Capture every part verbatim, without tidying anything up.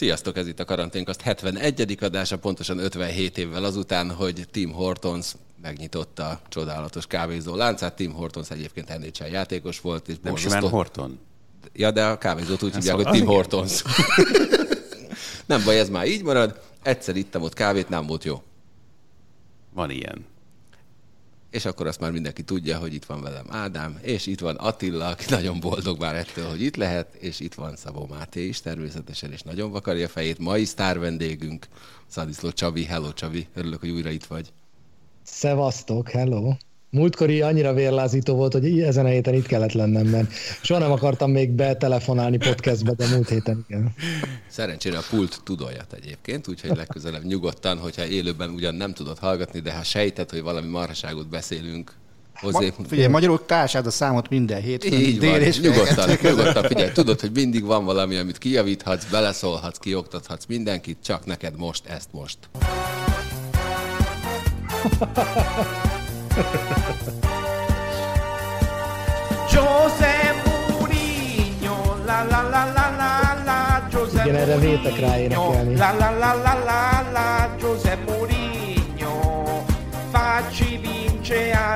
Sziasztok, ez itt a Karanténkast hetvenegyedik adása, pontosan ötvenhét évvel azután, hogy Tim Hortons megnyitotta a csodálatos kávézó láncát. Tim Hortons egyébként en há el játékos volt. És nem simán Horton? Ja, de a kávézót úgy hívják, hogy Tim Hortons. Nem baj, ez már így marad. Egyszer ittam ott kávét, nem volt jó. Van ilyen. És akkor azt már mindenki tudja, hogy itt van velem Ádám, és itt van Attila, aki nagyon boldog már ettől, hogy itt lehet, és itt van Szabó Máté is természetesen, és nagyon vakarja a fejét. Mai sztár vendégünk, Szadiszló Csabi. Hello Csabi, örülök, hogy újra itt vagy. Szevasztok, hello. Múltkori annyira vérlázító volt, hogy ezen a héten itt kellett lennem, mert soha nem akartam még betelefonálni podcastbe, de múlt héten igen. Szerencsére a pult tud olyat egyébként, úgyhogy legközelebb nyugodtan, hogyha élőben ugyan nem tudod hallgatni, de ha sejted, hogy valami marhaságot beszélünk, hozzá... Ma, figyelj, magyarul társád a számot minden hétfőn. Így van, és nyugodtan, nyugodtan, figyelj, tudod, hogy mindig van valami, amit kijavíthatsz, beleszólhatsz, kioktathatsz mindenkit, csak neked most, ezt most. José Mourinho, la la la la la la, José igen, erre vétek rá énekelni. La la la la la la, José Mourinho, facci vincere a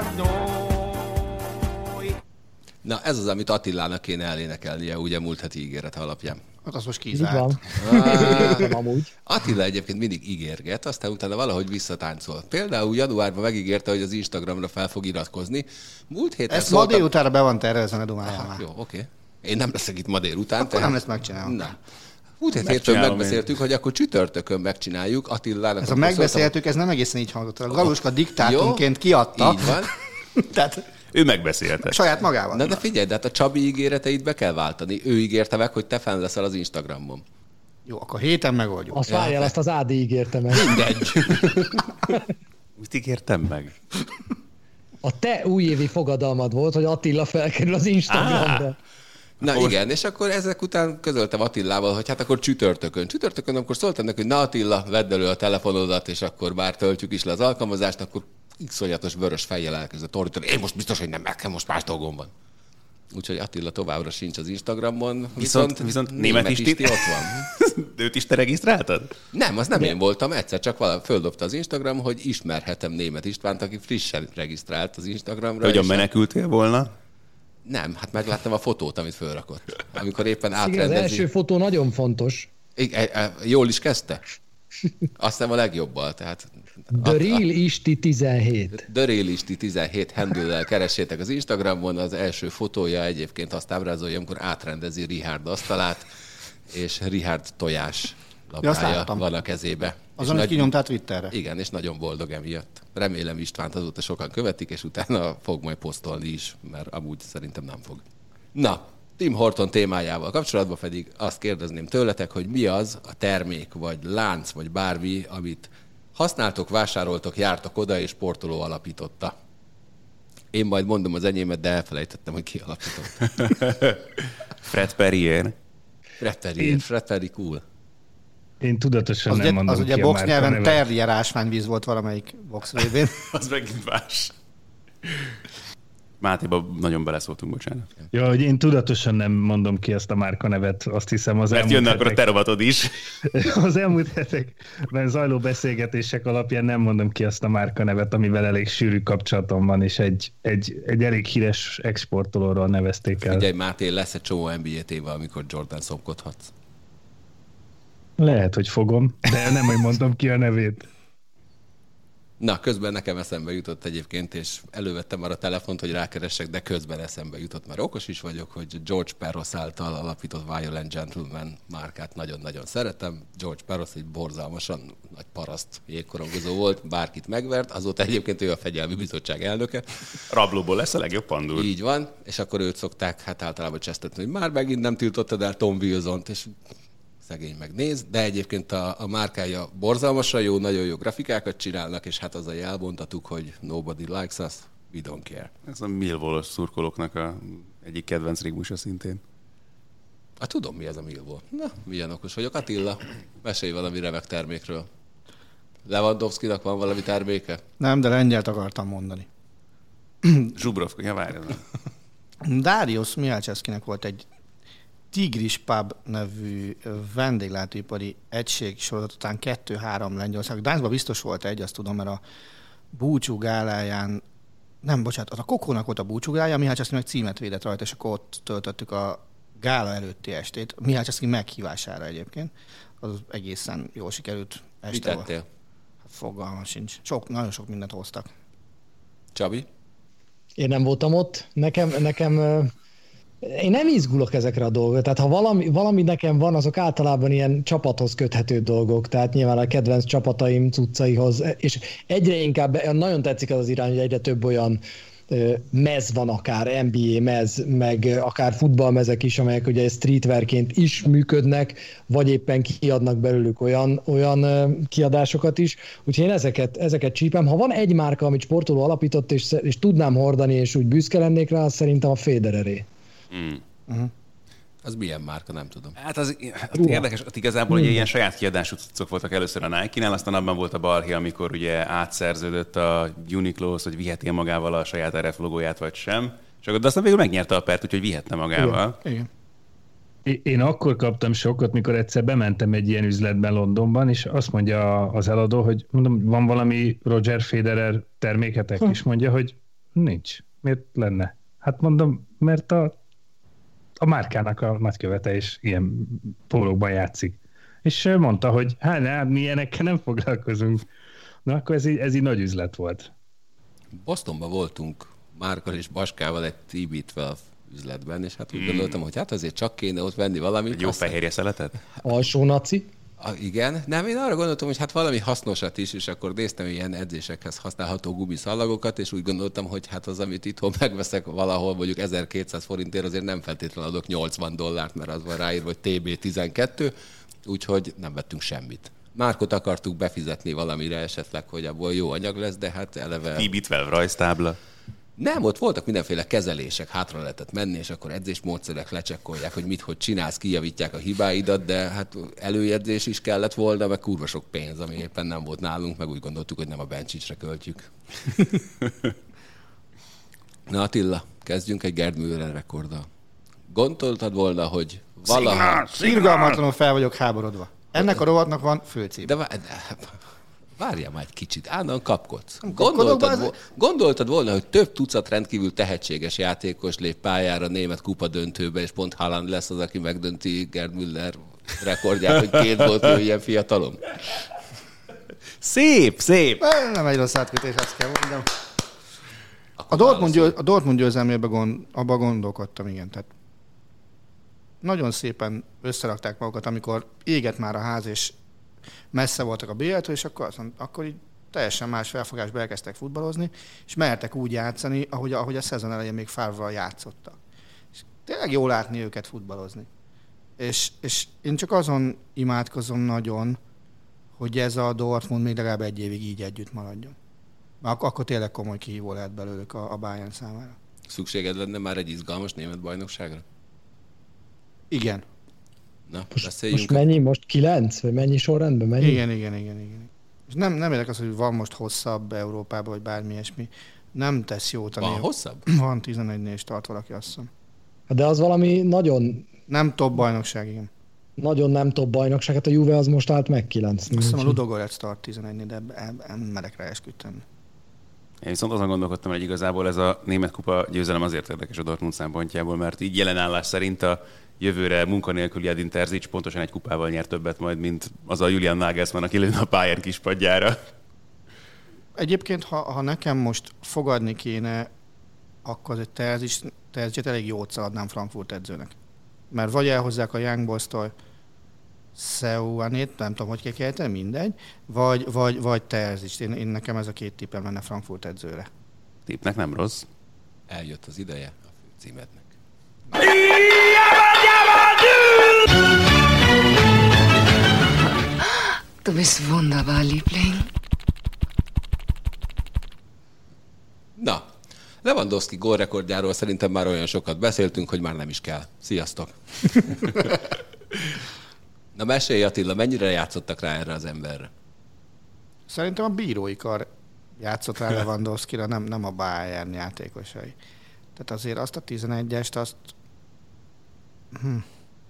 noi. Na, ez az, amit Attilának kéne elénekelnie, ugye múlt heti ígéret alapján. Hát az most Így kizárt. van. Ah, amúgy. Attila egyébként mindig ígérget, aztán utána valahogy visszatáncol. Például januárban megígérte, hogy az Instagramra fel fog iratkozni. Múlt héten Ezt ma szóltam... délutára be van tervezve, ne dumáljál már. Jó, oké. Én nem leszek itt ma délután. Akkor nem lesz megcsinálva. Na. Múlt hét hétfőn megbeszéltük, hogy akkor csütörtökön megcsináljuk Attilának. Ez a megbeszéltük, ez nem egészen így hangzott. A Galuska diktátumként kiadta. Így van. Tehát ő megbeszélte. Saját magával. Na de figyelj, de hát a Csabi ígéreteit be kell váltani. Ő ígérte meg, hogy te fenn leszel az Instagramon. Jó, akkor héten megoldjuk. Azt várjál, azt az Ádi ígérte meg. Mindegy. Mit ígértem meg? A te újévi fogadalmad volt, hogy Attila felkerül az Instagramra. Na Most... igen, és akkor ezek után közöltem Attilával, hogy hát akkor csütörtökön. Csütörtökön akkor szóltam neki, hogy na Attila, vedd elő a telefonodat, és akkor már töltjük is le az alkalmazást, akkor iszonyatos vörös fejjel elkezdett ordítani. Én most biztos, hogy nem, nekem most más dolgom van. Úgyhogy Attila továbbra sincs az Instagramon. Viszont, viszont német, német Isti Isti ott van. Őt is te regisztráltad? Nem, az nem én voltam, egyszer csak valami földobta az Instagram, hogy ismerhetem Német Istvánt, aki frissen regisztrált az Instagramra. Hogyan menekültél volna? Nem, hát megláttam a fotót, amit fölrakott. Amikor éppen Igen, átrendezi. az első fotó nagyon fontos. I- e- jól is kezdte? Aztán a legjobbal, tehát... The Real Isti tizenhét. The Real Isti tizenhét handle-lel keressétek az Instagramon, az első fotója egyébként azt ábrázolja, amikor átrendezi Richard asztalát, és Richard tojás labdája Ja, van a kezébe. Azon, hogy nagy... kinyomtál Twitterre. Igen, és nagyon boldog emiatt. Remélem Istvánt azóta sokan követik, és utána fog majd posztolni is, mert amúgy szerintem nem fog. Na, Tim Horton témájával kapcsolatban pedig azt kérdezném tőletek, hogy mi az a termék, vagy lánc, vagy bármi, amit használtok, vásároltok, jártok oda, és sportoló alapította. Én majd mondom az enyémet, de elfelejtettem, hogy ki alapította. Fred Perrier. Fred Perrier, Én... Fred Perrier cool. Én tudatosan az nem ugye, mondom az ki ugye a box márka nyelven nevet. Terrier ásványvíz volt valamelyik box révén. Az megint más. Mátéba nagyon beleszóltunk, bocsánat. Ja, hogy én tudatosan nem mondom ki ezt a márkanevet, azt hiszem az Mert elmúlt jönne akkor a hetek, te rovatod is. az elmúlt hetekben zajló beszélgetések alapján nem mondom ki azt a márkanevet, amivel elég sűrű kapcsolatom van, és egy, egy, egy elég híres exportolóról nevezték el. Figyelj, Máté, lesz egy csomó en bé á téve, amikor Jordan szomkodhatsz. Lehet, hogy fogom, de nem, hogy mondom ki a nevét. Na, közben nekem eszembe jutott egyébként, és elővettem már a telefont, hogy rákeressek, de közben eszembe jutott, mert okos is vagyok, hogy George Peros által alapított Violent Gentleman márkát nagyon-nagyon szeretem. George Peros egy borzalmasan nagy paraszt jégkorongozó volt, bárkit megvert, azóta egyébként ő a Fegyelmi Bizottság elnöke. Rablóból lesz a legjobb pandúr. Így van, és akkor őt szokták hát általában csesztetni, hogy már megint nem tiltottad el Tom Wilsont, és szegény megnéz, de egyébként a, a márkája borzalmasan jó, nagyon jó grafikákat csinálnak, és hát azzal elmondhatuk, hogy nobody likes us, we don't care. Ez a Millwall-os szurkolóknak a egyik kedvenc rigmusa szintén. Hát tudom, mi ez a Millwall. Na, milyen okos vagyok. Attila, mesélj valami remek termékről. Lewandowskinak van valami terméke? Nem, de lengyelt akartam mondani. Zsubrov, ja várj. Darius Mihalcevskinek volt egy Tigris Pub nevű vendéglátóipari egység sorozat után kettő-három Lengyelország. Gdańskban biztos volt egy, azt tudom, mert a búcsú gáláján, nem, bocsánat, az a Kokónak volt a búcsú gálája, Mihály Császló meg címet védett rajta, és akkor ott töltöttük a gála előtti estét. Mihály Császló meghívására egyébként. Az egészen jól sikerült este. Mit tettél? Hát fogalmam sincs. Sok, nagyon sok mindent hoztak. Csabi? Én nem voltam ott. Nekem, nekem én nem izgulok ezekre a dolgokra. Tehát ha valami, valami nekem van, azok általában ilyen csapathoz köthető dolgok. Tehát nyilván a kedvenc csapataim cuccaihoz. És egyre inkább, nagyon tetszik az az irány, hogy egyre több olyan mez van akár, en bé á mez, meg akár futballmezek is, amelyek ugye streetwearként is működnek, vagy éppen kiadnak belőlük olyan, olyan kiadásokat is. Úgyhogy én ezeket, ezeket csípem. Ha van egy márka, amit sportoló alapított, és, és tudnám hordani, és úgy büszke lennék rá, az szerintem a Federeré. Mm. Uh-huh. Az milyen márka, nem tudom. Hát az hát érdekes, hogy igazából ugye ilyen saját kiadású cuccok voltak először a Nike-nál, aztán abban volt a balhé, amikor ugye átszerződött a Uniqlohoz, hogy viheti magával a saját er ef logóját, vagy sem. És akkor, de aztán végül megnyerte a pert, úgyhogy vihetne magával. Igen. Igen. Én akkor kaptam sokkot, mikor egyszer bementem egy ilyen üzletben Londonban, és azt mondja az eladó, hogy mondom, van valami Roger Federer terméketek? Hm. És mondja, hogy nincs. Miért lenne? Hát mondom, mert a a márkának a nagykövete is ilyen pólókban játszik. És mondta, hogy hát nem, mi ilyenekkel nem foglalkozunk. Na, akkor ez így, ez így nagy üzlet volt. Bostonban voltunk Márkal és Baskával egy té bé tizenkettő üzletben, és hát úgy hmm. gondoltam, hogy hát azért csak kéne ott venni valamit. Egy jó aztán... fehérje szeletet? Alsó naci? A, igen, nem, én arra gondoltam, hogy hát valami hasznosat is, és akkor néztem ilyen edzésekhez használható gumiszallagokat, és úgy gondoltam, hogy hát az, amit itthon megveszek valahol mondjuk ezerkétszáz forintért, azért nem feltétlenül adok nyolcvan dollárt, mert az van ráírva, hogy té bé tizenkettő, úgyhogy nem vettünk semmit. Márkot akartuk befizetni valamire esetleg, hogy abból jó anyag lesz, de hát eleve... té bé tizenkettő rajztábla. Nem, ott voltak mindenféle kezelések, hátra lehetett menni, és akkor edzésmódszerek lecsekkolják, hogy mit, hogy csinálsz, kijavítják a hibáidat, de hát előjegyzés is kellett volna, meg kurva sok pénz, ami éppen nem volt nálunk, meg úgy gondoltuk, hogy nem a Benčićre költjük. Na Attila, kezdjünk egy Gerd Müller rekorddal. Gondoltad volna, hogy valaha... Irgalmatlanul fel vagyok háborodva. Ennek a rovatnak van főcím. De, vá- de várjál már egy kicsit, állandóan kapkodsz. Gondoltad, vo- gondoltad volna, hogy több tucat rendkívül tehetséges játékos lép pályára német kupa döntőbe, és pont Haaland lesz az, aki megdönti Gerd Müller rekordját, hogy két volt ő ilyen fiatalom? Szép, szép! Nem egy rossz átkötés, azt kell mondjam. A Dortmund, győ, a Dortmund győzelmében gond, abban gondolkodtam, igen. Tehát nagyon szépen összerakták magukat, amikor égett már a ház, és messze voltak a bé el-től, és akkor, azt mondta, akkor így teljesen más felfogásba elkezdtek futballozni, és mertek úgy játszani, ahogy, ahogy a szezon elején még Favre-val játszottak. És tényleg jó látni őket futballozni. És, és én csak azon imádkozom nagyon, hogy ez a Dortmund még legalább egy évig így együtt maradjon. Ak- akkor tényleg komoly kihívó lehet belőlük a, a Bayern számára. Szükséged lenne már egy izgalmas német bajnokságra? Igen. Na, most, most mennyi? Most kilenc? Vagy mennyi sorrendben? Mennyi? Igen, igen, igen, igen. És nem, nem érdek az, hogy van most hosszabb Európában, vagy bármi ilyesmi. Nem tesz jót. Van név... hosszabb? Van tizenegynél is tart valaki, azt hiszem. De az valami nagyon... Nem top bajnokság, igen. Nagyon nem top bajnokság. Hát a Juve az most állt meg kilenc. Azt hiszem a Ludogorets tart tizenegynél, de nem merek rá esküdteni. Én viszont azon gondolkodtam, hogy igazából ez a német kupa győzelem azért érdekes a Dortmund szempontjából, mert így jelenállás szerint a jövőre munkanélküli Edin Terzic pontosan egy kupával nyert többet majd, mint az a Julian Nagelsmann, aki lőne a Bayern kispadjára. Egyébként, ha, ha nekem most fogadni kéne, akkor az egy Terzic, Terzicet elég jót szaladnám Frankfurt edzőnek. Mert vagy elhozzák a Young Boys-tól Seuanét, nem tudom, hogy kell kelteni, mindegy, vagy, vagy, vagy Terzic. Én, én nekem ez a két tippem lenne Frankfurt edzőre. Tippnek nem rossz. Eljött az ideje a főcímednek. Du bist wunderbar, Liebling. Na, Lewandowski gólrekordjáról szerintem már olyan sokat beszéltünk, hogy már nem is kell. Sziasztok! Na mesélj Attila, mennyire játszottak rá erre az emberre? Szerintem a bírói kar játszott rá Lewandowskira, nem, nem a Bayern játékosai. Tehát azért azt a tizenegyest, azt... Hm.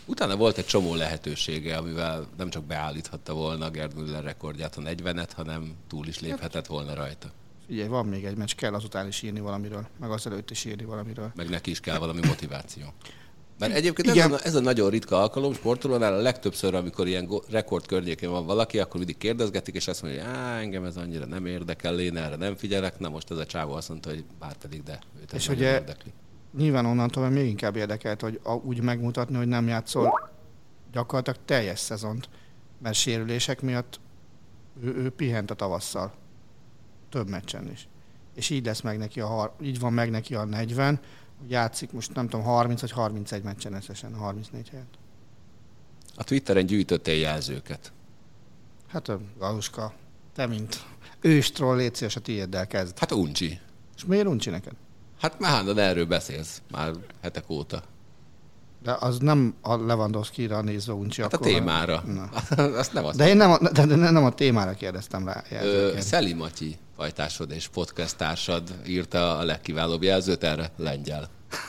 Utána volt egy csomó lehetősége, amivel nem csak beállíthatta volna Gerd Müller rekordját a negyvenet, hanem túl is léphetett volna rajta. Figyelj, van még egy meccs, kell azután is írni valamiről, meg azelőtt is írni valamiről. Meg neki is kell valami motiváció. Mert egyébként ez a, ez a nagyon ritka alkalom sportolónál, a legtöbbször, amikor ilyen rekord környékén van valaki, akkor mindig kérdezgetik, és azt mondja, hogy engem ez annyira nem érdekel, én erre nem figyelek. Na most ez a csávó azt mondta, hogy bár pedig, de őt és ugye érdekli. Nyilván onnantól még inkább érdekelt, hogy úgy megmutatni, hogy nem játszol gyakorlatilag teljes szezont, mert sérülések miatt ő, ő pihent a tavasszal. Több meccsen is. És így lesz meg neki a, így van meg neki a negyven, hogy játszik most nem tudom, harminc vagy harmincegy meccsen összesen, harmincnégy helyett. A Twitteren gyűjtöttél jelzőket. Hát Galuska, te mint őstroll, légy szíves, a tiéddel kezd. Hát uncsi. És miért uncsi neked? Hát már hándan erről beszélsz, már hetek óta. De az nem a Lewandowski-ra nézve uncsi. Hát akkor, a témára. Azt nem azt de én nem a, de nem a témára kérdeztem rá. Ö, Szeli Matyi, pajtásod és podcast társad írta a legkiválóbb jelzőt erre, lengyel.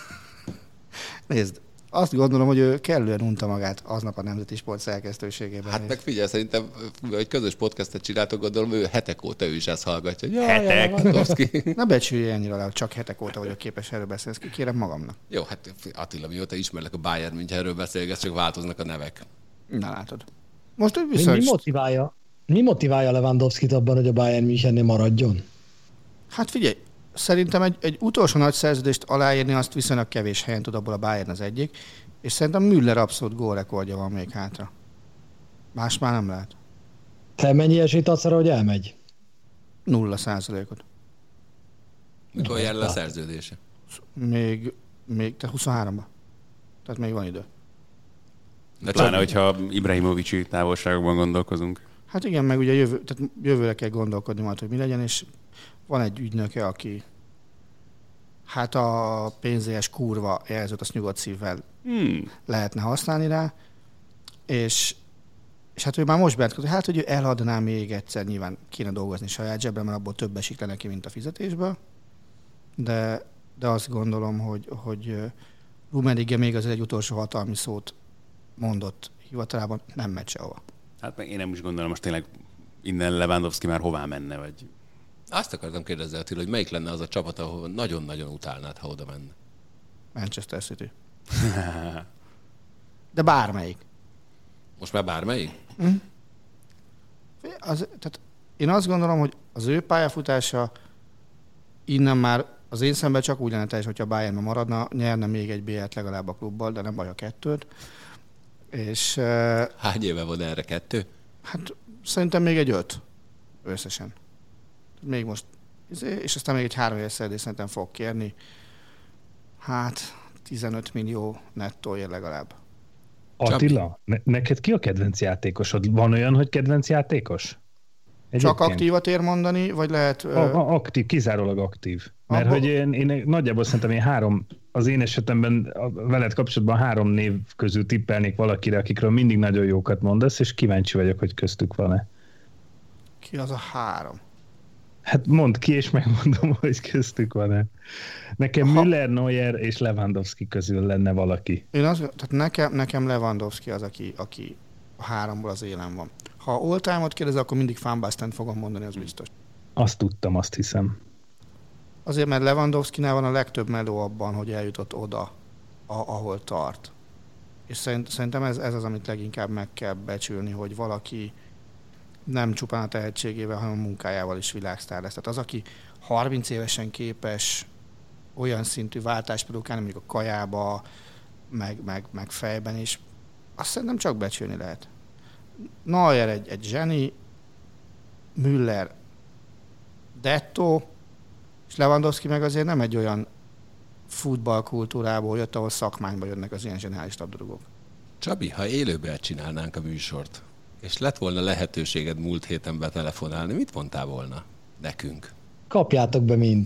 Nézd, azt gondolom, hogy ő kellően unta magát aznap a Nemzeti Sport szerkesztőségében. Hát meg figyelj, szerintem, hogy közös podcastet csináltok, gondolom, ő hetek óta ő is ezt hallgatja. Ja, hetek? Ne becsülj ennyire le, hogy csak hetek óta vagyok képes erről beszélni, ezt kérem magamnak. Jó, hát Attila, mióta ismerlek a Bayern Münchenről beszélgetsz, csak változnak a nevek. Na látod. Most ő mi, mi, motiválja, mi motiválja Lewandowskit abban, hogy a Bayern Münchennél maradjon? Hát figyelj, szerintem egy, egy utolsó nagy szerződést aláírni, azt viszonylag kevés helyen tud, abból a Bayern az egyik, és szerintem Müller abszolút gólrekordja van még hátra. Más már nem lehet. Te mennyi esélyt adsz arra, hogy elmegy? Nulla százalékot. Mikor jár le a szerződése? Még, még te huszonháromban. Tehát még van idő. De pláne, hogyha Ibrahimovic-i távolságokban gondolkozunk. Hát igen, meg ugye jövő, tehát jövőre kell gondolkodni majd, hogy mi legyen, és van egy ügynöke, aki hát a pénzéhes kurva jelzőt, azt nyugodt szívvel hmm. lehetne használni rá, és, és hát ő már most bent, hát hogy ő eladná még egyszer, nyilván kéne dolgozni saját zsebre, mert abból több esik le neki, mint a fizetésből, de, de azt gondolom, hogy, hogy Rummenigge még az egy utolsó hatalmi szót mondott hivatalában, nem megy sehova. Hát meg én nem is gondolom, most tényleg innen Lewandowski már hová menne, vagy... Azt akartam kérdezni, Attila, hogy melyik lenne az a csapat, ahol nagyon-nagyon utálnád, ha oda menne? Manchester City. De bármelyik. Most már bármelyik? Mm. Az, tehát én azt gondolom, hogy az ő pályafutása innen már az én szemben csak úgy lenne teljes, hogyha Bayernben maradna, nyerne még egy bé el-t legalább a klubbal, de nem baj a kettőt. És, hány éve van erre, kettő? Hát szerintem még egy öt összesen. Még most, és aztán még egy három éves szerződést szerintem fog kérni. Hát tizenöt millió nettóért legalább. Attila, ne- neked ki a kedvenc játékosod? Van olyan, hogy kedvenc játékos? Egyébként? Csak aktívat ér mondani, vagy lehet... A, a, aktív, kizárólag aktív. Mert abba... hogy én, én nagyjából szerintem én három, az én esetemben a veled kapcsolatban három név közül tippelnék valakire, akikről mindig nagyon jókat mondasz, és kíváncsi vagyok, hogy köztük van-e. Ki az a három? Hát mondd ki, és megmondom, hogy köztük van-e. Nekem ha... Müller, Neuer és Lewandowski közül lenne valaki. Én az, tehát nekem, nekem Lewandowski az, aki, aki a háromból az élen van. Ha all-time-ot kérdez, akkor mindig Van Basten fogom mondani, az biztos. Azt tudtam, azt hiszem. Azért, mert Lewandowskinál van a legtöbb meló abban, hogy eljutott oda, a, ahol tart. És szerint, szerintem ez, ez az, amit leginkább meg kell becsülni, hogy valaki nem csupán a tehetségével, hanem a munkájával is világsztár lesz. Tehát az, aki harminc évesen képes olyan szintű váltást produkálni, mondjuk a kajába, meg, meg, meg fejben is, azt szerintem csak becsülni lehet. Neuer egy, egy zseni, Müller dettó, és Lewandowski meg azért nem egy olyan futballkultúrából jött, ahol szakmányba jönnek az ilyen zseniális labdarúgók. Csabi, ha élőben csinálnánk a műsort, és lett volna lehetőséged múlt héten betelefonálni, mit mondtál volna nekünk? kapjátok be mind.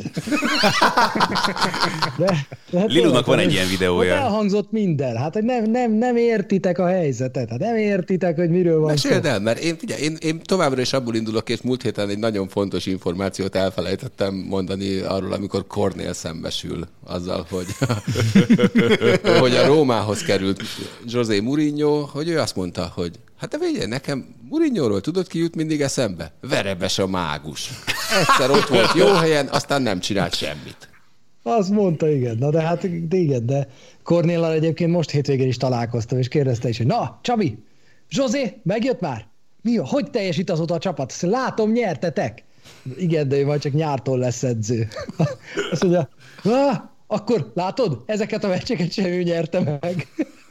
De, de Lilunak van egy ilyen videója. Ott elhangzott minden. Hát, hogy nem, nem, nem értitek a helyzetet. Hát nem értitek, hogy miről van szó. Meséld el, mert én, figyelj, én, én továbbra is abból indulok, és múlt héten egy nagyon fontos információt elfelejtettem mondani arról, amikor Cornél szembesül azzal, hogy, hogy a Rómához került José Mourinho, hogy ő azt mondta, hogy hát de figyelj, nekem Mourinhoról tudod, ki jut mindig eszembe? Verebes a mágus. Egyszer ott volt jó helyen, aztán nem csinált semmit. Azt mondta, igen. Na de hát de igen, de Cornéllal egyébként most hétvégén is találkoztam, és kérdezte is, hogy na, Csabi, Zsozé, megjött már? Mi, hogy teljesít azóta a csapat? Azt látom, nyertetek. Igen, de ő majd csak nyártól lesz edző. Azt mondja, akkor látod, ezeket a meccseket sem ő nyerte meg.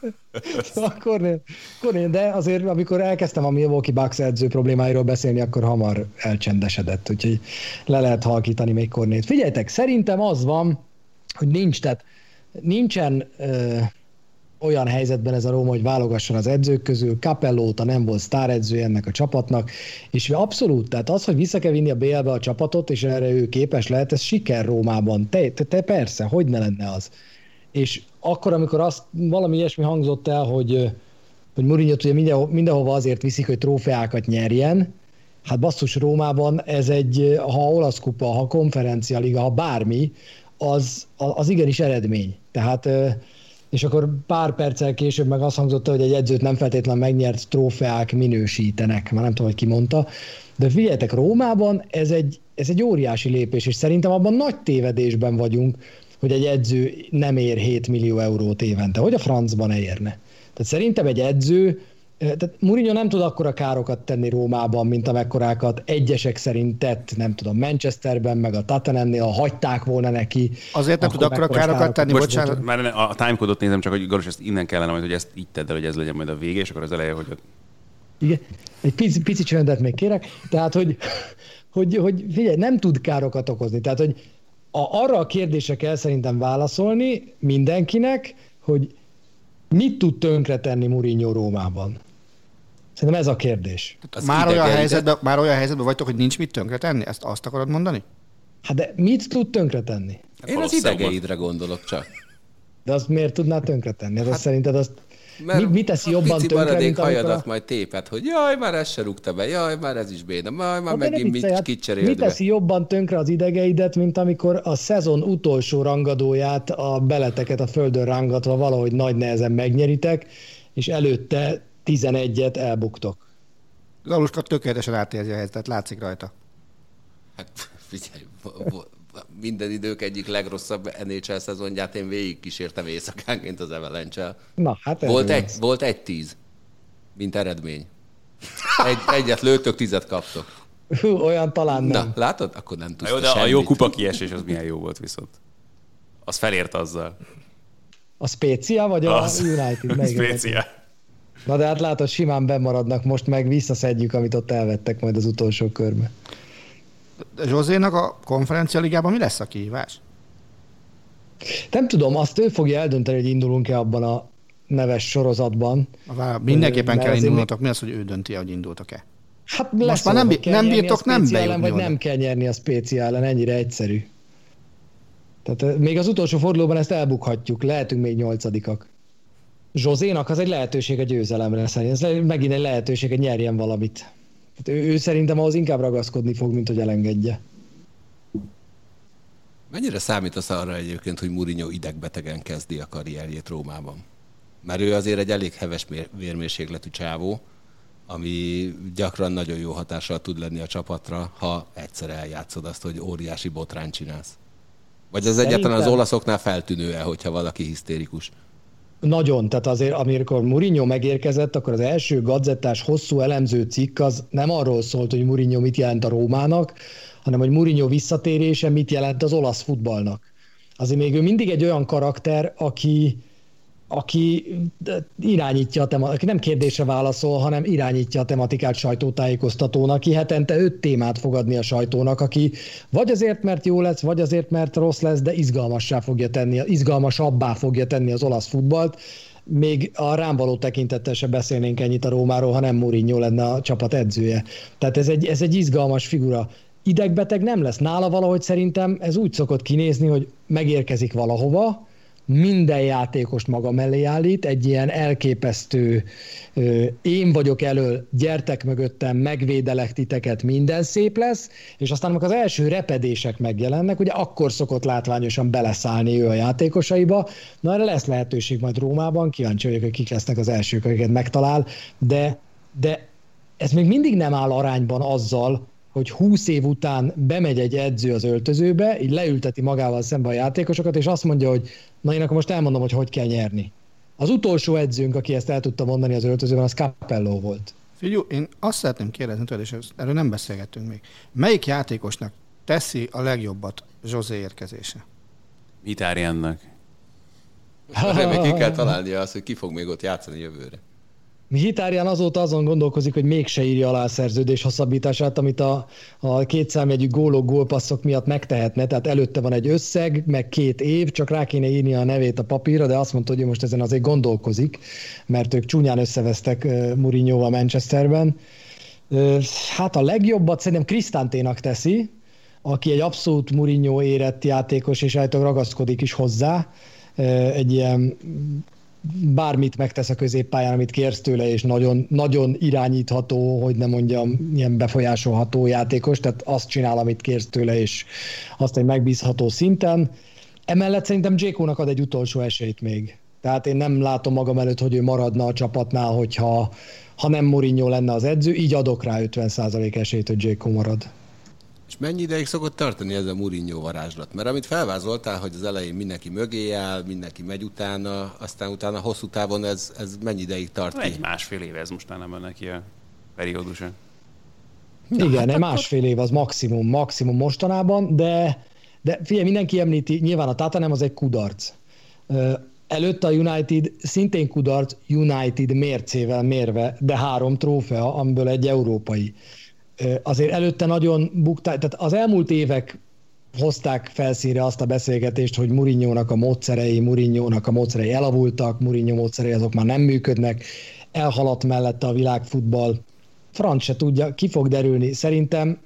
Szóval Cornél, Cornél, de azért amikor elkezdtem a Milwaukee Bucks edző problémáiról beszélni, akkor hamar elcsendesedett, úgyhogy le lehet halkítani még Cornélt. Figyeljetek, szerintem az van, hogy nincs, tehát nincsen ö, olyan helyzetben ez a Róma, hogy válogasson az edzők közül. Capello óta nem volt sztáredző ennek a csapatnak, és abszolút, tehát az, hogy vissza kell vinni a bé el-be a csapatot, és erre ő képes lehet, ez siker Rómában. Te, te, te persze, hogy ne lenne az. És akkor, amikor azt, valami ilyesmi hangzott el, hogy, hogy Mourinhot ugye mindenho, mindenhova azért viszik, hogy trófeákat nyerjen, hát basszus, Rómában ez egy, ha olasz kupa, ha konferencia liga, ha bármi, az, az igenis eredmény. Tehát, és akkor pár perccel később meg azt hangzott, hogy egy edzőt nem feltétlenül megnyert trófeák minősítenek, már nem tudom, hogy ki mondta, de figyeljetek, Rómában ez egy, ez egy óriási lépés, és szerintem abban nagy tévedésben vagyunk, hogy egy edző nem ér hét millió eurót évente. Hogy a francban ne érne? Tehát szerintem egy edző, tehát Mourinho nem tud akkora károkat tenni Rómában, mint amekkorákat egyesek szerint tett, nem tudom, Manchesterben, meg a Tottenhamnél, ha hagyták volna neki. Azért nem tud akkora károkat, károkat tenni, most, bocsánat. Már a timecode-ot nézem, csak hogy Garos, ezt innen kellene majd, hogy ezt így tedd el, hogy ez legyen majd a vége, és akkor az eleje, hogy ott... Igen, egy pici, pici csöndet még kérek. Tehát, hogy, hogy, hogy figyelj, nem tud károkat okozni. Tehát, hogy A, arra a kérdésre kell szerintem válaszolni mindenkinek, hogy mit tud tönkretenni Mourinho Rómában. Szerintem ez a kérdés. Már olyan, helyzetben, már olyan helyzetben vagytok, hogy nincs mit tönkretenni? Ezt azt akarod mondani? Hát de mit tud tönkretenni? Én az idegeidre gondolok csak. De azt miért tudná tönkretenni? Hát, hát szerinted azt Mert mi, mi teszi jobban pici tönkre, maradék mint amikor hajadat a... majd téped, hogy jaj, már ez se rúgta be, jaj, már ez is béna, majd már Hát megint mit hát kicseréld mi be. teszi jobban tönkre az idegeidet, mint amikor a szezon utolsó rangadóját, a beleteket a földön rángatva valahogy nagy nehezen megnyeritek, és előtte tizenegyet elbuktok. Galuska tökéletesen átérzi a helyzetet, látszik rajta. Hát figyelj, minden idők egyik legrosszabb en há el szezonját én végig kísértem éjszakánként az Avalanche-el. Na, hát volt egy, volt egy tíz, mint eredmény. Egy, egyet lőttök, tizet kaptok. Hú, olyan talán nem. Na, látod? Akkor nem tudsz jó, de semmit. a jó kupa kiesés az milyen jó volt viszont. Az felért azzal. A Spezia vagy a az. United? A Spezia. Na de hát látod, simán bemaradnak, most meg visszaszedjük, amit ott elvettek majd az utolsó körbe. Zsozénak a konferencia ligában mi lesz a kihívás? Nem tudom, azt ő fogja eldönteni, hogy indulunk-e abban a neves sorozatban. Vár, mindenképpen kell indulnotok. Még... Mi az, hogy ő dönti, hogy indultok-e? Hát most lesz, már nem, bí- nem bírtok nem bejutni ellen, vagy oda. nem kell nyerni a Spezia ellen, ennyire egyszerű. Tehát még az utolsó fordulóban ezt elbukhatjuk, lehetünk még nyolcadikak. Zsozénak az egy lehetőség a győzelemre, szerintem. Ez megint egy lehetőség, hogy nyerjen valamit. Tehát ő, ő szerintem ahhoz inkább ragaszkodni fog, mint hogy elengedje. Mennyire számítasz arra egyébként, hogy Mourinho idegbetegen kezdi a karrierjét Rómában? Mert ő azért egy elég heves vérmérsékletű csávó, ami gyakran nagyon jó hatással tud lenni a csapatra, ha egyszer eljátszod azt, hogy óriási botrányt csinálsz. Vagy az egyáltalán az olaszoknál feltűnő-e, hogyha valaki hisztérikus? Nagyon, tehát azért amikor Mourinho megérkezett, akkor az első gazettás hosszú elemző cikk az nem arról szólt, hogy Mourinho mit jelent a Rómának, hanem hogy Mourinho visszatérése mit jelent az olasz futballnak. Azért még ő mindig egy olyan karakter, aki, aki irányítja a tematikát, aki nem kérdésre válaszol, hanem irányítja a tematikát sajtótájékoztatónak, ki hetente öt témát fog adni a sajtónak, aki vagy azért, mert jó lesz, vagy azért, mert rossz lesz, de izgalmassá fogja tenni, izgalmasabbá fogja tenni az olasz futballt. Még a rám való tekintettel se beszélnénk ennyit a Rómáról, ha nem Mourinho lenne a csapat edzője. Tehát ez egy, ez egy izgalmas figura. idegbeteg nem lesz. Nála valahogy szerintem ez úgy szokott kinézni, hogy megérkezik valahova, minden játékost maga mellé állít, egy ilyen elképesztő én vagyok elől, gyertek mögöttem, megvédelek titeket, minden szép lesz, és aztán amikor az első repedések megjelennek, ugye akkor szokott látványosan beleszállni ő a játékosaiba, na erre lesz lehetőség majd Rómában, kíváncsi vagyok, hogy kik lesznek az elsők, akiket megtalál, de, de ez még mindig nem áll arányban azzal, hogy húsz év után bemegy egy edző az öltözőbe, így leülteti magával szembe a játékosokat, és azt mondja, hogy na én akkor most elmondom, hogy hogy kell nyerni. Az utolsó edzőnk, aki ezt el tudta mondani az öltözőben, az Capello volt. Figyelj, én azt szeretném kérdezni tőled, és erről nem beszélgettünk még. Melyik játékosnak teszi a legjobbat José érkezése? Mkhitaryannak. Meg ki kell találnia azt, hogy ki fog még ott játszani jövőre. Mkhitaryan azóta azon gondolkozik, hogy mégse írja alá a szerződés hosszabbítását, amit a, a kétszámjegyű gólok, gólpasszok miatt megtehetne. Tehát előtte van egy összeg, meg két év, csak rá kéne írni a nevét a papírra, de azt mondta, hogy ő most ezen azért gondolkozik, mert ők csúnyán összevesztek Mourinhoval Manchesterben. Hát a legjobbat szerintem Krisztánténak teszi, aki egy abszolút Mourinho érett játékos, és állítólag ragaszkodik is hozzá. Egy ilyen bármit megtesz a középpályán, amit kérsz tőle, és nagyon, nagyon irányítható, hogy nem mondjam, ilyen befolyásolható játékos, tehát azt csinál, amit kérsz tőle, és azt egy megbízható szinten. Emellett szerintem Dzsékónak ad egy utolsó esélyt még. Tehát én nem látom magam előtt, hogy ő maradna a csapatnál, hogyha ha nem Mourinho lenne az edző, így adok rá ötven százalék esélyt, hogy Dzsékó marad. És mennyi ideig szokott tartani ez a Mourinho varázslat? Mert amit felvázoltál, hogy az elején mindenki mögé áll, mindenki megy utána, aztán utána hosszú távon ez, ez mennyi ideig tart ki? Egy másfél éve ez most nem neki a periódusa. Igen, hát egy másfél év az maximum, maximum mostanában, de, de figyelj, mindenki említi, nyilván a Tottenham az egy kudarc. Előtte a United szintén kudarc, United mércével mérve, de három trófea, amiből egy európai. Azért előtte nagyon buktál, tehát az elmúlt évek hozták felszínre azt a beszélgetést, hogy Mourinho-nak a módszerei, Mourinho-nak a módszerei elavultak, Mourinho módszerei azok már nem működnek, elhaladt mellette a világfutball. Franc se tudja, ki fog derülni. Szerintem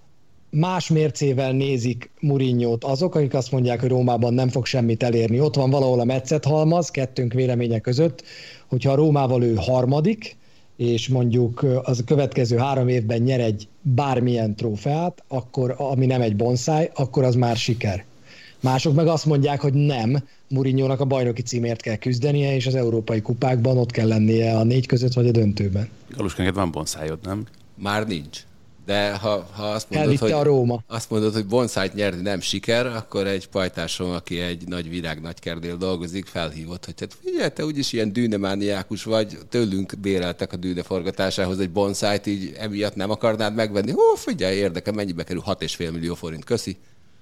más mércével nézik Mourinho-t azok, akik azt mondják, hogy Rómában nem fog semmit elérni. Ott van valahol a metszethalmaz, kettőnk véleménye között, hogyha a Rómával ő harmadik, és mondjuk az a következő három évben nyer egy bármilyen trófeát, akkor, ami nem egy bonszáj, akkor az már siker. Mások meg azt mondják, hogy nem, Mourinho-nak a bajnoki címért kell küzdenie, és az európai kupákban ott kell lennie a négy között, vagy a döntőben. Galuska, neked van bonszájod, nem? Már nincs. De ha, ha azt mondod, Elvitte hogy, a Róma. azt mondod, hogy bonszájt nyerni nem siker, akkor egy pajtásom, aki egy nagy virág nagykertnél dolgozik, felhívott, hogy hát figyelj, te úgyis ilyen dűnemániákus vagy, tőlünk béreltek a dűne forgatásához egy bonszájt, így emiatt nem akarnád megvenni. Hú, figyelj, érdekel, mennyibe kerül hat és fél millió forint, köszi.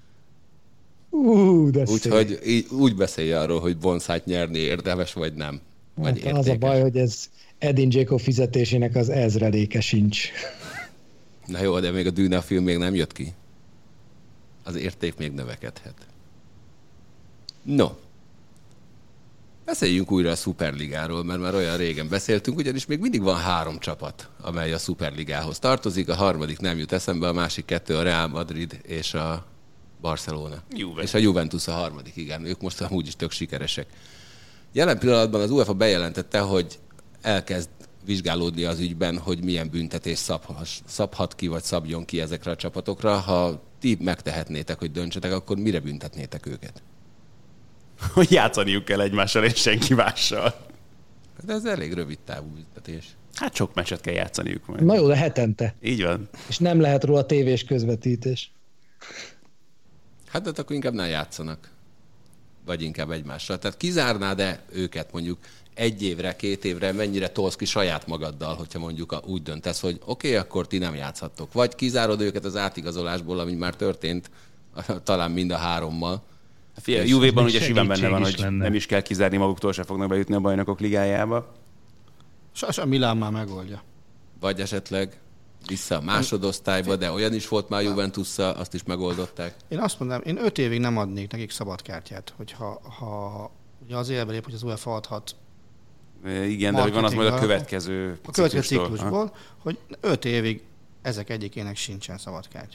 Uh, Úgyhogy úgy beszélj arról, hogy bonszájt nyerni érdemes, vagy nem. Vagy hát az a baj, hogy ez Edin Dzséko fizetésének az ezreléke sincs. Na jó, de még a Dűne film még nem jött ki. Az érték még növekedhet. No. Beszéljünk újra a Szuperligáról, mert már olyan régen beszéltünk, ugyanis még mindig van három csapat, amely a Szuperligához tartozik. A harmadik nem jut eszembe, a másik kettő a Real Madrid és a Barcelona. Juventus. És a Juventus a harmadik, igen. Ők most amúgy is tök sikeresek. Jelen pillanatban az UEFA bejelentette, hogy elkezd vizsgálódni az ügyben, hogy milyen büntetés szabhat ki, vagy szabjon ki ezekre a csapatokra. Ha ti megtehetnétek, hogy döntsetek, akkor mire büntetnétek őket? Hogy játszaniuk kell egymással és senki mással. De ez elég rövid távú büntetés. Hát sok meccset kell játszaniuk majd. Na jó, de hetente. Így van. És nem lehet róla tévés közvetítés. Hát de akkor inkább nem játszanak. Vagy inkább egymással. Tehát kizárnád-e őket mondjuk egy évre, két évre, mennyire tolsz ki saját magaddal, hogyha mondjuk úgy döntesz, hogy oké, okay, akkor ti nem játszhattok. Vagy kizárod őket az átigazolásból, ami már történt, talán mind a hárommal. A Juvéban ugye simán benne van, hogy lenne. Nem is kell kizárni maguktól, se fognak bejutni a Bajnokok Ligájába. Sas a Milán már megoldja. Vagy esetleg vissza a másodosztályba, de olyan is volt már Juventusszal, azt is megoldották. Én azt mondom, én öt évig nem adnék nekik szabadkártyát, hogyha ha, ugye az élbe lép, hogy az UEFA adhat. Igen, de hogy van az majd a következő A következő ciklusból, hogy öt évig ezek egyikének sincsen szabadkártya.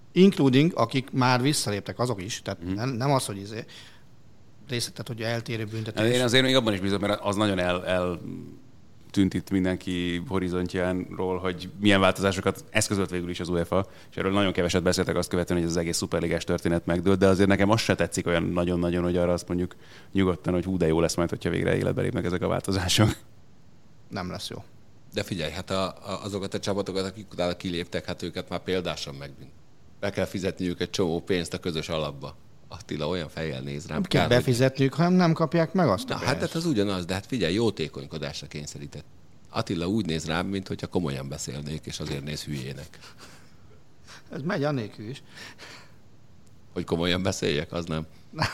including, akik már visszaléptek, azok is, tehát Mm. nem, nem az, hogy izé, részletet, hogy eltérő büntetés. Én azért még abban is bízom, mert az nagyon el, el tűnt itt mindenki horizontjánról, hogy milyen változásokat eszközölt végül is az UEFA, és erről nagyon keveset beszéltek azt követően, hogy az egész szuperligás történet megdőlt, de azért nekem az se tetszik olyan nagyon-nagyon, hogy arra azt mondjuk nyugodtan, hogy hú, de jó lesz majd, hogyha végre életbe lépnek ezek a változások. Nem lesz jó. De figyelj, hát a, a, azokat a csapatokat, akik utána kiléptek, hát őket már példásan megbűnt. Be kell fizetniük egy csomó pénzt a közös alapba. Attila olyan fejjel néz rám. Nem kell befizetniük, hanem nem kapják meg azt a Na, pénzt. hát ez az ugyanaz, de hát figyelj, jótékonykodásra kényszerített. Attila úgy néz rám, mintha komolyan beszélnék, és azért néz hülyének. Ez megy annélkül is. Hogy komolyan beszéljek, az nem.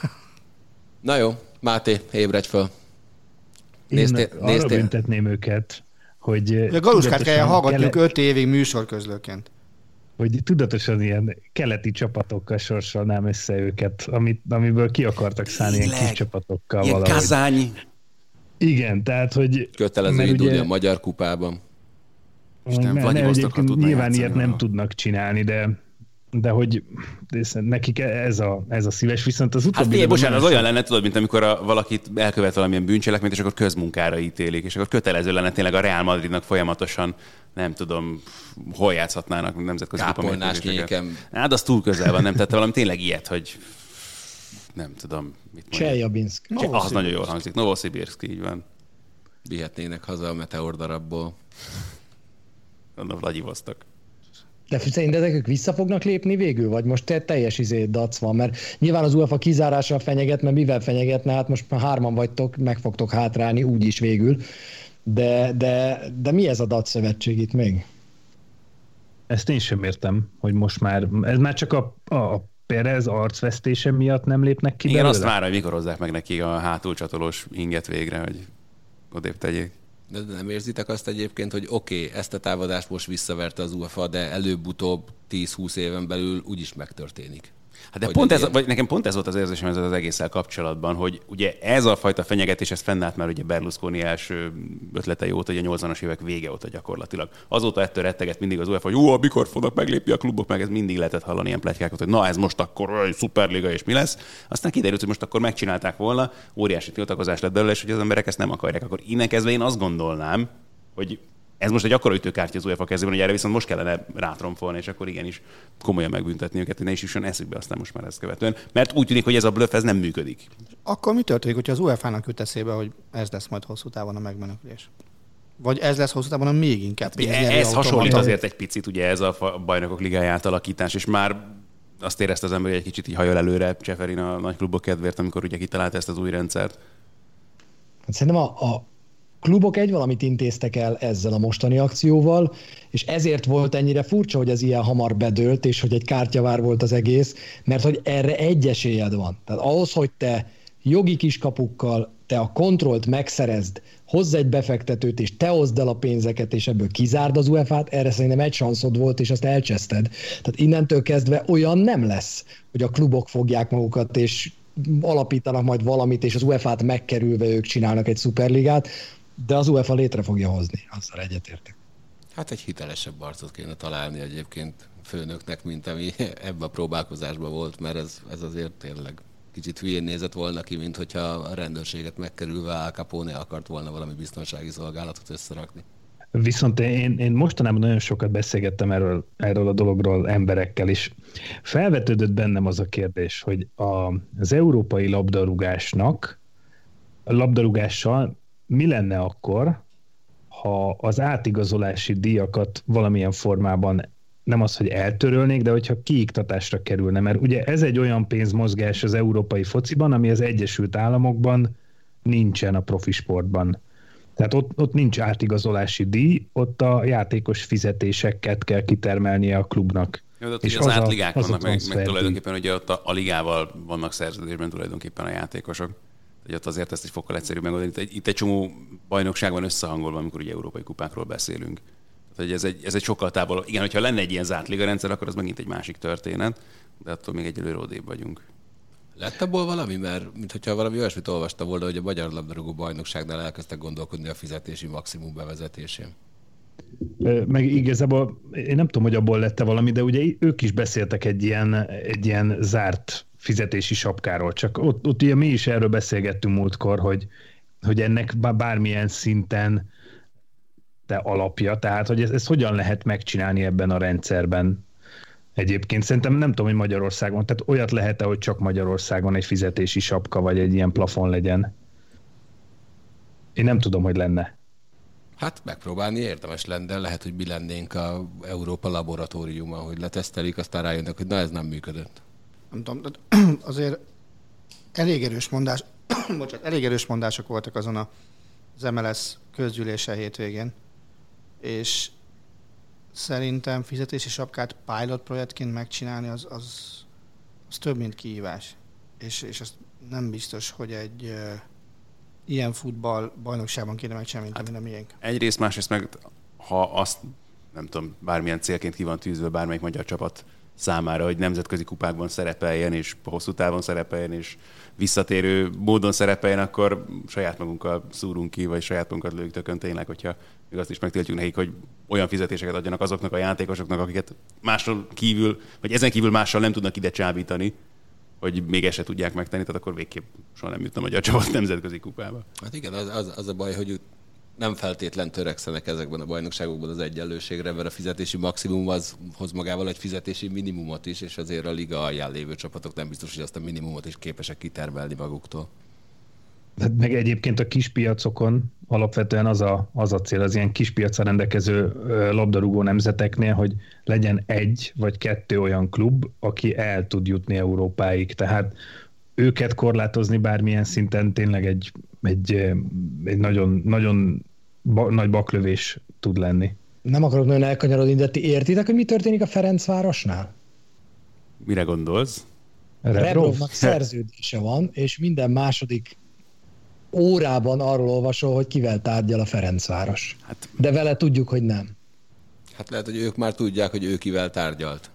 Na jó, Máté, ébredj föl. Néztél, Én arra néztél? büntetném őket, hogy... A Galuskát kell hallgatnunk kele... öt évig műsorközlőként. Hogy tudatosan ilyen keleti csapatokkal sorsolnám össze őket, amit, amiből ki akartak szállni ilyen kis csapatokkal ilyen valahogy. Kazány. Igen, tehát, hogy... Kötelező indulni ugye... a Magyar Kupában. Isten, ne, ne, nyilván ilyet nem a... tudnak csinálni, de de hogy nekik ez a, ez a szíves, viszont az utóbbi... Hát figyelj, bocsánat, az olyan lenne, tudod, mint amikor a, valakit elkövet valamilyen bűncselekményt, és akkor közmunkára ítélik, és akkor kötelező lenne tényleg a Real Madridnak folyamatosan, nem tudom, hol játszhatnának nemzetközi kupamérkőzéseket. Hát az túl közel van, nem? Tehát valami tényleg ilyet, hogy nem tudom, mit mondja. Cseljabinszk. Az nagyon jól hangzik. Novosibirsk, így van. Vihetnének haza a Meteor darabból. Gondolom, Vladivostok. De szerintetek ők vissza fognak lépni végül? Vagy most te teljes izé dac van? Mert nyilván az UEFA kizárással fenyeget, mert mivel fenyegetne? Hát most már hárman vagytok, meg fogtok hátrálni úgyis végül. De, de, de mi ez a dac szövetség itt még? Ezt én sem értem, hogy most már, ez már csak a, a Perez arcvesztése miatt nem lépnek ki Igen, belőle? azt várom, hogy mikor hozzák meg neki a hátulcsatolós inget végre, hogy odébb tegyék. De nem érzitek azt egyébként, hogy oké, okay, ezt a támadást most visszaverte az UEFA, de előbb-utóbb tíz-húsz éven belül úgyis megtörténik. Hát de pont ez, vagy nekem pont ez volt az érzésem ez az egésszel kapcsolatban, hogy ugye ez a fajta fenyegetés, ez fennállt már ugye Berlusconi első ötletei óta, ugye a nyolcvanas évek vége óta gyakorlatilag. Azóta ettől retteget mindig az UEFA, hogy jó, mikor fognak meglépni a klubok, meg ez mindig lehetett hallani ilyen pletykákat, hogy na ez most akkor egy szuperliga és mi lesz. Aztán kiderült, hogy most akkor megcsinálták volna, óriási tiltakozás lett belőle, és hogy az emberek ezt nem akarják. Akkor innen kezdve én azt gondolnám, hogy ez most egy akkora ütőkártya az UEFA kezében, hogy erre viszont most kellene rátromfolni, és akkor igenis komolyan megbüntetni őket, hogy ne is jusson eszükbe aztán most már ezt követően. Mert úgy tűnik, hogy ez a bluff ez nem működik. Akkor mi történik, hogyha az UEFA-nak jut eszébe, hogy ez lesz majd hosszú távon a megmenekülés? Vagy ez lesz hosszú távon a még inkább pénznyerő Ez automata? hasonlít azért egy picit, ugye ez a bajnokok ligája átalakítás, és már azt érezte az ember, hogy egy kicsit így hajol előre Cseferin a nagy klubok kedvéért, amikor ugye kitalálta ezt az új rendszert. Hát szerintem a, a klubok egy valamit intéztek el ezzel a mostani akcióval, és ezért volt ennyire furcsa, hogy ez ilyen hamar bedőlt, és hogy egy kártyavár volt az egész, mert hogy erre egy esélyed van. Tehát ahhoz, hogy te jogi kiskapukkal te a kontrollt megszerezd, hozz egy befektetőt, és te hozd el a pénzeket, és ebből kizárd az UEFA-t, erre szerintem egy sanszod volt, és azt elcseszted. Tehát innentől kezdve olyan nem lesz, hogy a klubok fogják magukat, és alapítanak majd valamit, és az UEFA-t megkerülve ők csinálnak egy szuperligát, de az UEFA létre fogja hozni, azzal egyetértek. Hát egy hitelesebb arcot kéne találni egyébként főnöknek, mint ami ebben a próbálkozásban volt, mert ez, ez azért tényleg kicsit hülyén nézett volna ki, mint hogyha a rendőrséget megkerülve Al Capone akart volna valami biztonsági szolgálatot összerakni. Viszont én, én mostanában nagyon sokat beszélgettem erről, erről a dologról emberekkel is. Felvetődött bennem az a kérdés, hogy a, az európai labdarúgásnak, a labdarúgással mi lenne akkor, ha az átigazolási díjakat valamilyen formában nem az, hogy eltörölnék, de hogyha kiiktatásra kerülne, mert ugye ez egy olyan pénzmozgás az európai fociban, ami az Egyesült Államokban nincsen a profi sportban. Tehát ott, ott nincs átigazolási díj, ott a játékos fizetéseket kell kitermelnie a klubnak. Jó, de és az, az átligák az vannak, meg, meg tulajdonképpen ugye ott a, a ligával vannak szerződésben tulajdonképpen a játékosok. Ugye ott azért ezt egy fokkal egyszerűbb megoldani. Itt egy, itt egy csomó bajnokság van összehangolva, amikor ugye európai kupákról beszélünk. Tehát ez egy, ez egy sokkal távol. Igen, hogyha lenne egy ilyen zárt ligarendszer, akkor az megint egy másik történet, de attól még egyelőre odébb vagyunk. Lett abból valami? Mert mintha valami olyasmit olvastam volna, hogy a Magyar Labdarúgó Bajnokságnál elkezdtek gondolkodni a fizetési maximum bevezetésén. Meg igazából én nem tudom, hogy abból lett-e valami, de ugye ők is beszéltek egy ilyen, egy ilyen zárt fizetési sapkáról, csak ott, ott ugye mi is erről beszélgettünk múltkor, hogy, hogy ennek bármilyen szinten te alapja, tehát hogy ezt, ezt hogyan lehet megcsinálni ebben a rendszerben. Egyébként szerintem nem tudom, hogy Magyarországon, tehát olyat lehet-e, hogy csak Magyarországon egy fizetési sapka, vagy egy ilyen plafon legyen. Én nem tudom, hogy lenne. Hát megpróbálni érdemes lenne, de lehet, hogy mi lennénk a Európa laboratóriuma, hogy letesztelik, aztán rájönnek, hogy na ez nem működött. Nem tudom, de azért elég erős mondás, bocsánat, elég erős mondások voltak azon az em el es közgyűlése hétvégén, és szerintem fizetési sapkát pilot projektként megcsinálni, az, az, az több, mint kihívás. És, és az nem biztos, hogy egy uh, ilyen futball bajnokságban kéne megcsinálni, mint hát, ami a miénk. Egyrészt, másrészt meg, ha azt, nem tudom, bármilyen célként ki van tűzve bármelyik magyar csapat számára, hogy nemzetközi kupákban szerepeljen, és hosszú távon szerepeljen, és visszatérő módon szerepeljen, akkor saját magunkkal szúrunk ki, vagy saját magunkat lőjük tökön tényleg, hogyha még azt is megtiltjuk nekik, hogy olyan fizetéseket adjanak azoknak a játékosoknak, akiket mással kívül, vagy ezen kívül mással nem tudnak ide csábítani, hogy még ezt se tudják megtenni, tehát akkor végképp soha nem jutna a magyar csapat nemzetközi kupába. Hát igen, az, az, az a baj, hogy nem feltétlen törekszenek ezekben a bajnokságokban az egyenlőségre, mert a fizetési maximum az hoz magával egy fizetési minimumot is, és azért a liga alján lévő csapatok nem biztos, hogy azt a minimumot is képesek kitermelni maguktól. Meg egyébként a kispiacokon alapvetően az a, az a cél, az ilyen kispiacra rendelkező labdarúgó nemzeteknél, hogy legyen egy vagy kettő olyan klub, aki el tud jutni Európáig. Tehát őket korlátozni bármilyen szinten tényleg egy, egy, egy nagyon, nagyon ba, nagy baklövés tud lenni. Nem akarok nagyon elkanyarodni, de ti értitek, hogy mi történik a Ferencvárosnál? Mire gondolsz? Rebrovnak szerződése van, és minden második órában arról olvasol, hogy kivel tárgyal a Ferencváros. Hát, de vele tudjuk, hogy nem. Hát lehet, hogy ők már tudják, hogy ő kivel tárgyalt.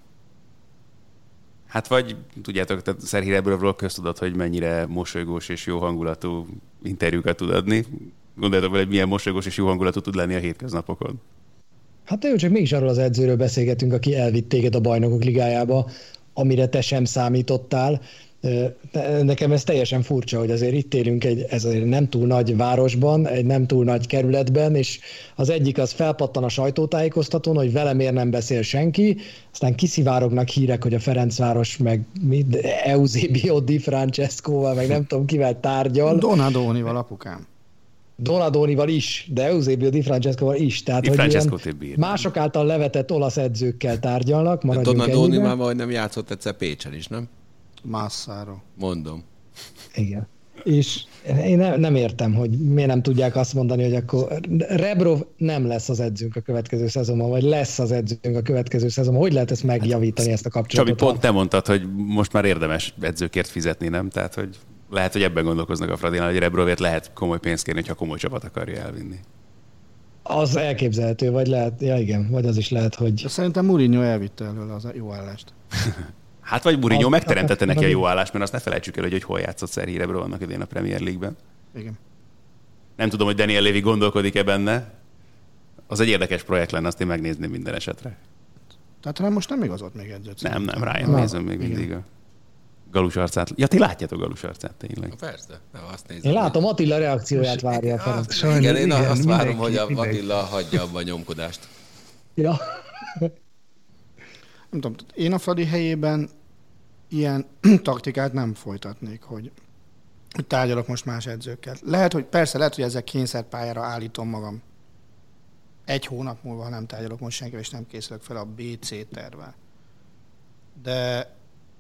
Hát vagy tudjátok, tehát Serhij Rebrovról köztudott, hogy mennyire mosolygós és jó hangulatú interjúkat tud adni. Gondoljatok vele, hogy milyen mosolygós és jó hangulatú tud lenni a hétköznapokon. Hát jó, csak mégis arról az edzőről beszélgetünk, aki elvitt téged a Bajnokok Ligájába, amire te sem számítottál. Nekem ez teljesen furcsa, hogy azért itt élünk egy ez azért nem túl nagy városban, egy nem túl nagy kerületben, és az egyik az felpattan a sajtótájékoztatón, hogy vele miért nem beszél senki, aztán kiszivárognak hírek, hogy a Ferencváros meg Eusebio Di Francescoval, meg nem tudom kivel tárgyal. Donadonival, apukám. Donadonival is, de Eusebio Di Francescoval is. Tehát, Di hogy Francesco mások által levetett olasz edzőkkel tárgyalnak. Donadoni már majdnem játszott egyszer Pécsen is, nem? Massaro. Mondom. Igen. És én nem, nem értem, hogy miért nem tudják azt mondani, hogy akkor Rebrov nem lesz az edzőnk a következő szezonban, vagy lesz az edzőnk a következő szezonban. Hogy lehet ezt megjavítani, hát, ezt a kapcsolatot? Csabi, pont te mondtad, hogy most már érdemes edzőkért fizetni, nem? Tehát, hogy lehet, hogy ebben gondolkoznak a Fradinál, hogy Rebrovért lehet komoly pénzt kérni, ha komoly csapat akarja elvinni. Az elképzelhető, vagy lehet, ja igen, vagy az is lehet, hogy... De szerintem Mourinho elvitte elől az a jó állást. Hát vagy Mourinho az megteremtette neki a jó állást, mert azt ne felejtsük el, hogy, hogy hol játszott Serhij Rebrov annak idén a Premier League-ben. Igen. Nem tudom, hogy Daniel Levy gondolkodik-e benne. Az egy érdekes projekt lenne, azt én megnézném minden esetre. Tehát nem most nem igazolt még edzőt. Nem, nem, Ryan nézem még igen. mindig a Galus arcát. Ja, ti látjátok Galus arcát tényleg. Persze, nem azt nézem. Én látom, Attila reakcióját várja a Ferenc. Igen, igen, én igen, azt várom, hogy a Attila hagyja abba a nyomkodást. Ja. Nem tudom, én a Fradi helyében ilyen taktikát nem folytatnék, hogy, hogy tárgyalok most más edzőkkel. Lehet, hogy persze, lehet, hogy ezzel kényszerpályára állítom magam. Egy hónap múlva, ha nem tárgyalok most senkivel, és nem készülök fel a bé cé tervvel. De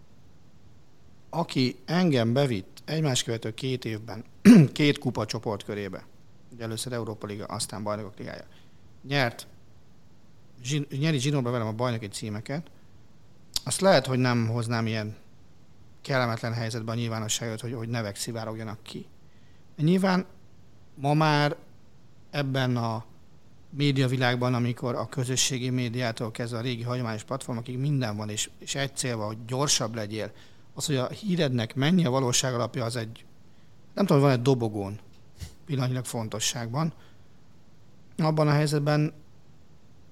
aki engem bevitt egymás követő két évben két kupa csoport körébe, ugye először Európa Liga, aztán Bajnokok Ligája, nyert, nyeri zsinórba velem a bajnoki címeket, azt lehet, hogy nem hoznám ilyen kellemetlen helyzetben a nyilvánosságot, hogy, hogy nevek szivárogjanak ki. Nyilván ma már ebben a médiavilágban, amikor a közösségi médiától kezdve a régi hagyományos platformokig minden van, és, és egy cél van, hogy gyorsabb legyél, az, hogy a hírednek mennyi a valóság alapja, az egy, nem tudom, van egy dobogón pillanatnyilag fontosságban. Abban a helyzetben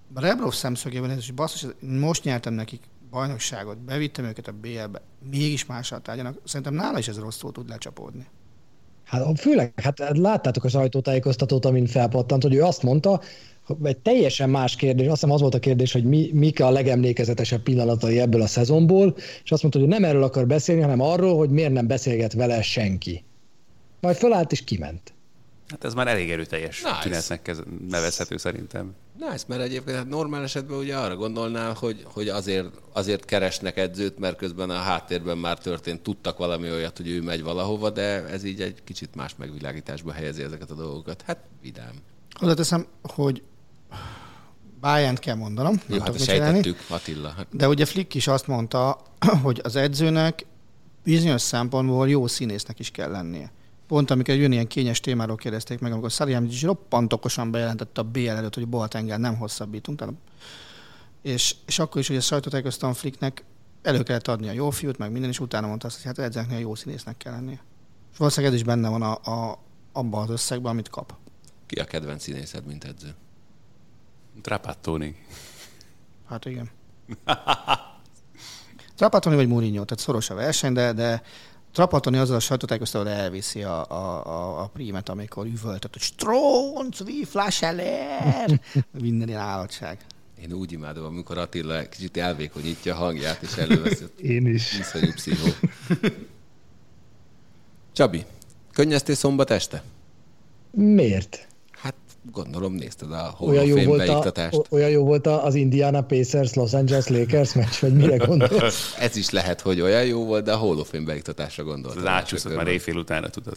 A Rebrov szemszögében ez is basszus, most nyertem nekik bajnokságot, bevittem őket a bé el-be, mégis mással tárgyanak. Szerintem nála is ez rosszul tud lecsapódni. Hát főleg, hát láttátok a sajtótájékoztatót, amin felpattant, hogy ő azt mondta, egy teljesen más kérdés, azt hiszem az volt a kérdés, hogy mi, mik a legemlékezetesebb pillanatai ebből a szezonból, és azt mondta, hogy nem erről akar beszélni, hanem arról, hogy miért nem beszélget vele senki. Majd fölállt és kiment. Hát ez már elég erőteljes nice. Tünetnek nevezhető szerintem. Nice, mert egyébként hát normál esetben ugye arra gondolnál, hogy, hogy azért, azért keresnek edzőt, mert közben a háttérben már történt, tudtak valami olyat, hogy ő megy valahova, de ez így egy kicsit más megvilágításba helyezi ezeket a dolgokat. Hát vidám. Hozzáteszem, hogy Bayernt kell mondanom. Jó, hát sejtettük, Attila. De ugye Flick is azt mondta, hogy az edzőnek bizonyos szempontból jó színésznek is kell lennie. Pont amikor egy ilyen kényes témáról kérdezték meg, amikor Salihamidzic roppant okosan bejelentette a bé el előtt, hogy Boatengel nem hosszabbítunk. Tehát, és, és akkor is, hogy a sajtótájékoztatón Flicknek elő kellett adni a jó fiút, meg minden, és utána mondta azt, hogy hát edzőknél jó színésznek kell lennie. És valószínűleg ez is benne van a, a, abban az összegben, amit kap. Ki a kedvenc színészed, mint edző? Trapattoni. Hát igen. Trapattoni vagy Mourinho, tehát szoros a verseny, de, de Trapattoni azzal a sajtótájékoztatón elviszi a, a, a, a prímet, amikor üvöltött, hogy Stronz, wie Flascheller! Minden ilyen állatság. Én úgy imádom, amikor Attila kicsit elvékonyítja a hangját, és előveszi. Én is. Iszonyú pszichó. Csabi, könnyeztél szombat este? Miért? Hát gondolom nézted a Hall Olyan of jó, Fame volt beiktatást. a, olyan jó volt az Indiana Pacers Los Angeles Lakers meccs, vagy mire gondolsz? Ez is lehet, hogy olyan jó volt, de a Hall of Fame beiktatásra gondoltam. Az átsúszott már éjfél utánra, tudod.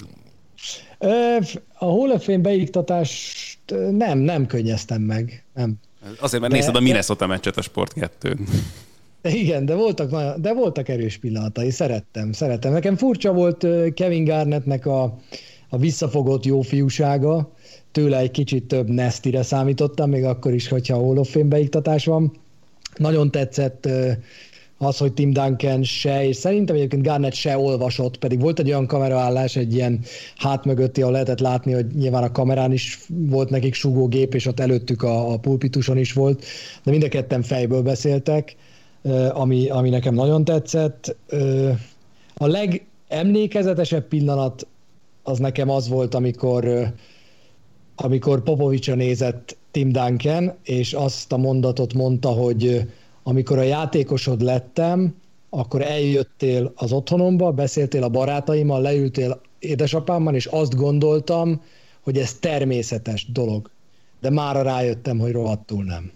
A Hall of Fame beiktatást nem, nem könnyeztem meg. Nem. Azért, mert de, nézted a Minnesota meccset a Sport kettőn. Igen, de voltak, de voltak erős pillanatai, szerettem, szerettem. Nekem furcsa volt Kevin Garnettnek a, a visszafogott jó fiúsága, tőle egy kicsit több Nestire számítottam, még akkor is, hogyha Hall of Fame beiktatás van. Nagyon tetszett az, hogy Tim Duncan se, és szerintem egyébként Garnett se olvasott, pedig volt egy olyan kameraállás, egy ilyen hát mögötti, ahol lehetett látni, hogy nyilván a kamerán is volt nekik sugógép, és ott előttük a, a pulpituson is volt, de mind a ketten fejből beszéltek, ami, ami nekem nagyon tetszett. A legemlékezetesebb pillanat az nekem az volt, amikor, amikor Popovicsra nézett Tim Duncan, és azt a mondatot mondta, hogy amikor a játékosod lettem, akkor eljöttél az otthonomba, beszéltél a barátaimmal, leültél édesapámmal, és azt gondoltam, hogy ez természetes dolog. De mára rájöttem, hogy rohadtul nem.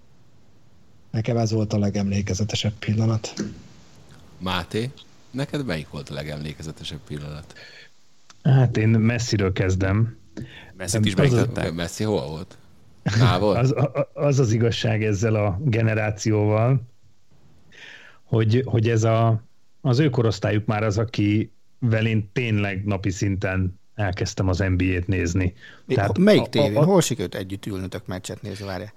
Nekem ez volt a legemlékezetesebb pillanat. Máté, neked melyik volt a legemlékezetesebb pillanat? Hát én messziről kezdem. Messit is beiktatták. Messi hol volt? Távol? Az, az az igazság ezzel a generációval, hogy, hogy ez a, az ő korosztályuk már az, akivel én tényleg napi szinten elkezdtem az en bé á-t nézni. Tehát melyik tévén? Hol sikerült együtt ülnötök meccset nézni, várjál?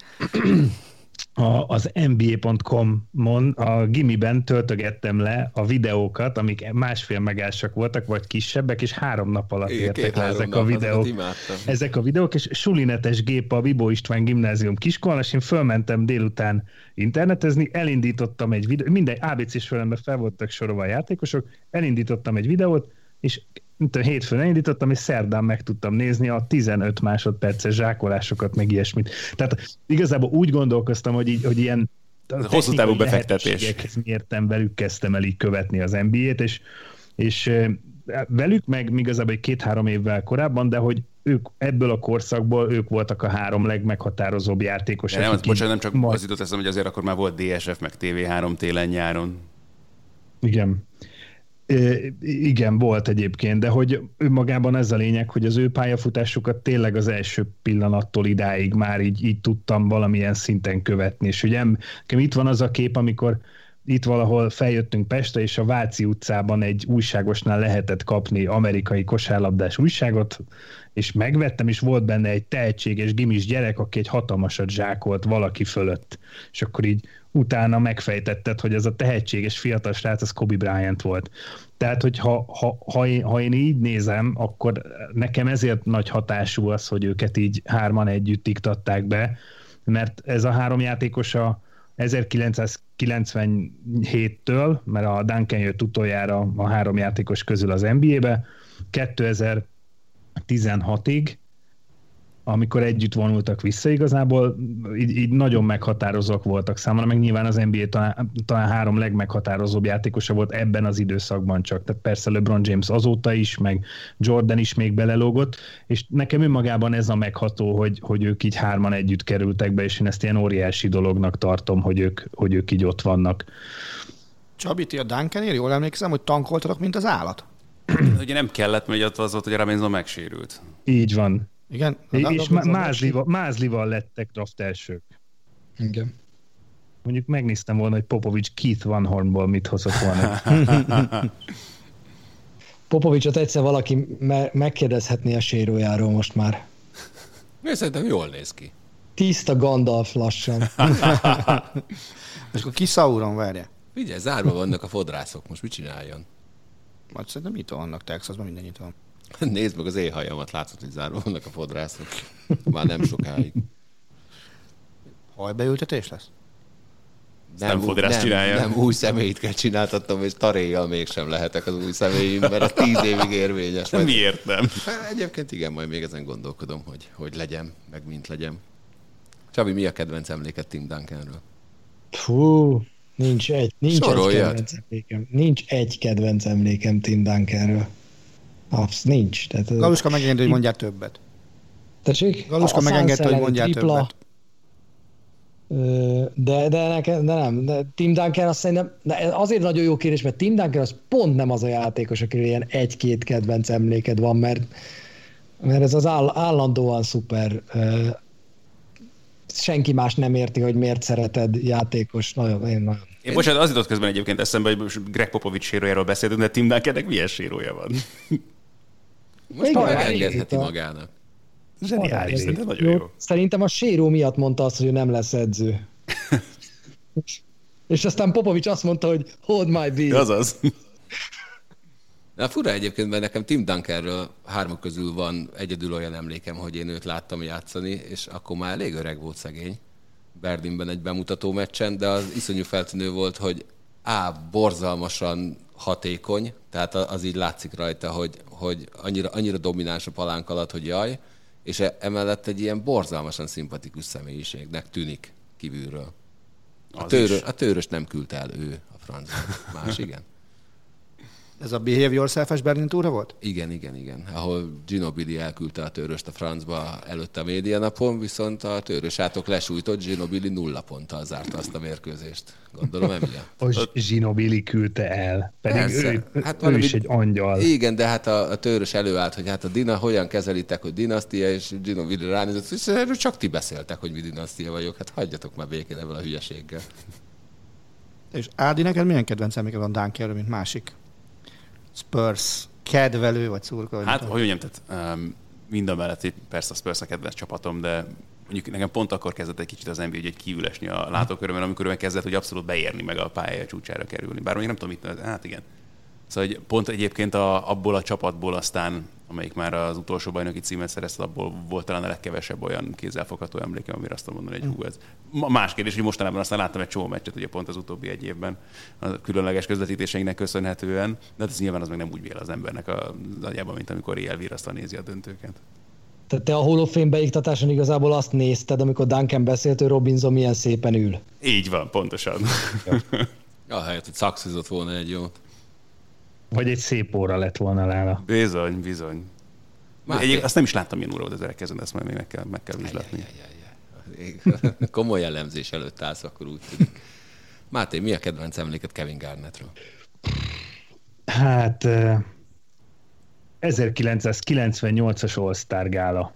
A, az en bé á pont com-on a gimiben töltögettem le a videókat, amik másfél megásak voltak, vagy kisebbek, és három nap alatt értek le ezek a videók. Ezek a videók, és sulinetes gép a Bibó István gimnázium Kiskolon, és én fölmentem délután internetezni, elindítottam egy videót, minden á bé cés fölemben fel voltak sorolva a játékosok, elindítottam egy videót, és hétfőn elindítottam, és szerdán meg tudtam nézni a tizenöt másodperces zsákolásokat, meg ilyesmit. Tehát igazából úgy gondolkoztam, hogy, így, hogy ilyen hosszú távú befektetés. Mértem velük, kezdtem el így követni az en bé á-t, és, és velük meg igazából egy két-három évvel korábban, de hogy ők ebből a korszakból, ők voltak a három legmeghatározóbb játékosok. Nem, bocsánat, nem csak majd... az jutott eszem, hogy azért akkor már volt dé es ef, meg té vé három télen-nyáron. Igen. Igen, volt egyébként, de hogy önmagában ez a lényeg, hogy az ő pályafutásukat tényleg az első pillanattól idáig már így, így tudtam valamilyen szinten követni, és ugye itt van az a kép, amikor itt valahol feljöttünk Pestre, és a Váci utcában egy újságosnál lehetett kapni amerikai kosárlabdás újságot, és megvettem, és volt benne egy tehetséges gimis gyerek, aki egy hatalmasat zsákolt valaki fölött. És akkor így utána megfejtetted, hogy ez a tehetséges fiatal srác, az Kobe Bryant volt. Tehát, hogy ha, ha, ha, én, ha én így nézem, akkor nekem ezért nagy hatású az, hogy őket így hárman együtt iktatták be, mert ez a három játékos a ezerkilencszázkilencvenhéttől, mert a Duncan jött utoljára a három játékos közül az en bé á-be, kétezer-tizenhatig, amikor együtt vonultak vissza igazából, így, így nagyon meghatározók voltak számomra, meg nyilván az en bé á talán, talán három legmeghatározóbb játékosa volt ebben az időszakban csak. Tehát persze LeBron James azóta is, meg Jordan is még belelógott, és nekem önmagában ez a megható, hogy, hogy ők így hárman együtt kerültek be, és én ezt ilyen óriási dolognak tartom, hogy ők, hogy ők így ott vannak. Csabi, ti a Duncanért jól emlékszem, hogy tankoltatok, mint az állat? Ugye nem kellett, mert ott az volt, hogy a Robinson megsérült. Így van. Igen? És mázlival, mázlival lettek draft elsők. Igen. Mondjuk megnéztem volna, hogy Popovics Keith Van Hornból mit hozott volna. Popovicsot egyszer valaki me- megkérdezhetné a sérójáról most már. Én szerintem jól néz ki. Tiszta Gandalf lassan. És akkor ki Sauron, várja? Figyelj, zárva vannak a fodrászok, most mit csináljon? Majd szerintem nyitva vannak Texasban, minden nyitva van. Nézd meg az éjhajamat, látszott, hogy zárva vannak a fodrászok. Már nem sokáig. Hajbeültetés lesz? Nem fodrász csinálja. Nem, új személyt kell csináltatnom, és taréjjal mégsem lehetek az új személyim, mert a tíz évig érvényes. De miért nem? Hát, egyébként igen, majd még ezen gondolkodom, hogy, hogy legyen, meg mint legyen. Csabi, mi a kedvenc emléket Tim Duncanről? Fú, nincs egy, nincs egy Soroljad. kedvenc emlékem. Nincs egy kedvenc emlékem Tim Duncanről. Absz, nincs. Tehát, Galuska megengedte, hogy mondjál többet. Tessék? Galuska A megengedte, Suns hogy elleni mondjál tripla, többet. ö, De, de, nekem, de nem. De Tim Duncan azt szerintem, de azért nagyon jó kérdés, mert Tim Duncan az pont nem az a játékos, akiről ilyen egy-két kedvenc emléked van, mert, mert ez az áll, állandóan szuper. Ö, senki más nem érti, hogy miért szereted játékos. Nagyon, én nagyon. Én bocsánat, az jutott közben egyébként eszembe, hogy most Greg Popovich sérójáról beszéltünk, de Tim Duncannek milyen sérója van? Most Igen, már megengedheti igen. magának. Zseniális, de nagyon Jó, jó. Szerintem a séró miatt mondta azt, hogy ő nem lesz edző. És aztán Popovics azt mondta, hogy hold my beer. Azaz. Na fura egyébként, mert nekem Tim Duncanről hármak közül van egyedül olyan emlékem, hogy én őt láttam játszani, és akkor már elég öreg volt szegény. Berlinben egy bemutató meccsen, de az iszonyú feltűnő volt, hogy á, borzalmasan hatékony, tehát az így látszik rajta, hogy, hogy annyira, annyira domináns a palánk alatt, hogy jaj, és emellett egy ilyen borzalmasan szimpatikus személyiségnek tűnik kívülről. A, tőrö, a tőrös nem küldte el ő a francba. Más igen? Ez a Behave Yourself-es Berlin túra volt? Igen, igen, igen. Ahol Ginobili elküldte a tőröst a francba előtte a médianapon, viszont a tőrös átok lesújtott, Ginobili nulla ponttal zárta azt a mérkőzést. Gondolom emiatt. A Ginobili küldte el, pedig Persze. ő, Hát ő valami- is egy angyal. Igen, de hát a, a tőrös előállt, hogy hát a Dina hogyan kezelitek, hogy dinasztia, és Ginobili ránézett, és erről csak ti beszéltek, hogy mi dinasztia vagyok. Hát hagyjatok már békén ebből a hülyeséggel. És Ádi, neked milyen kedvenc emléked van Duncanről, mint másik Spurs kedvelő vagy szurkoló? Hát, hogy mondjam, tehát um, minden mellett, hogy persze a Spurs a kedvenc csapatom, de mondjuk nekem pont akkor kezdett egy kicsit az en bé á, hogy egy kívülesni a látókörömön, amikor ő megkezdett, hogy abszolút beérni, meg a pályája csúcsára kerülni. Bár mondjuk nem tudom, mit, hát igen. Szóval hogy pont egyébként a, abból a csapatból aztán, amelyik már az utolsó bajnoki címet szerezte, abból volt talán a legkevesebb olyan kézzelfogható emlékem, amire azt mondani, hogy hú, ez más kérdés, hogy mostanában aztán láttam egy csomó meccset, ugye pont az utóbbi egy évben a különleges közvetítéseinknek köszönhetően, de hát ez nyilván az meg nem úgy vél az embernek az agyában, mint amikor ilyen virrasztal nézi a döntőket. Tehát te a Hall of Fame beiktatáson igazából azt nézted, amikor Duncan beszélt, hogy Robinson milyen szépen ül. Így van, pontosan. Ahelyett, hogy szakszizott volna egy jót. Vagy egy szép óra lett volna nála. Bizony, bizony. Egy, azt nem is láttam, milyen óra volt az elkezőn, ezt majd még meg kell, meg kell vizslatni. Komoly elemzés előtt állsz, akkor úgy tűnik. Máté, mi a kedvenc emléket Kevin Garnettről? Hát eh, ezerkilencszázkilencvennyolcas All-Star gála.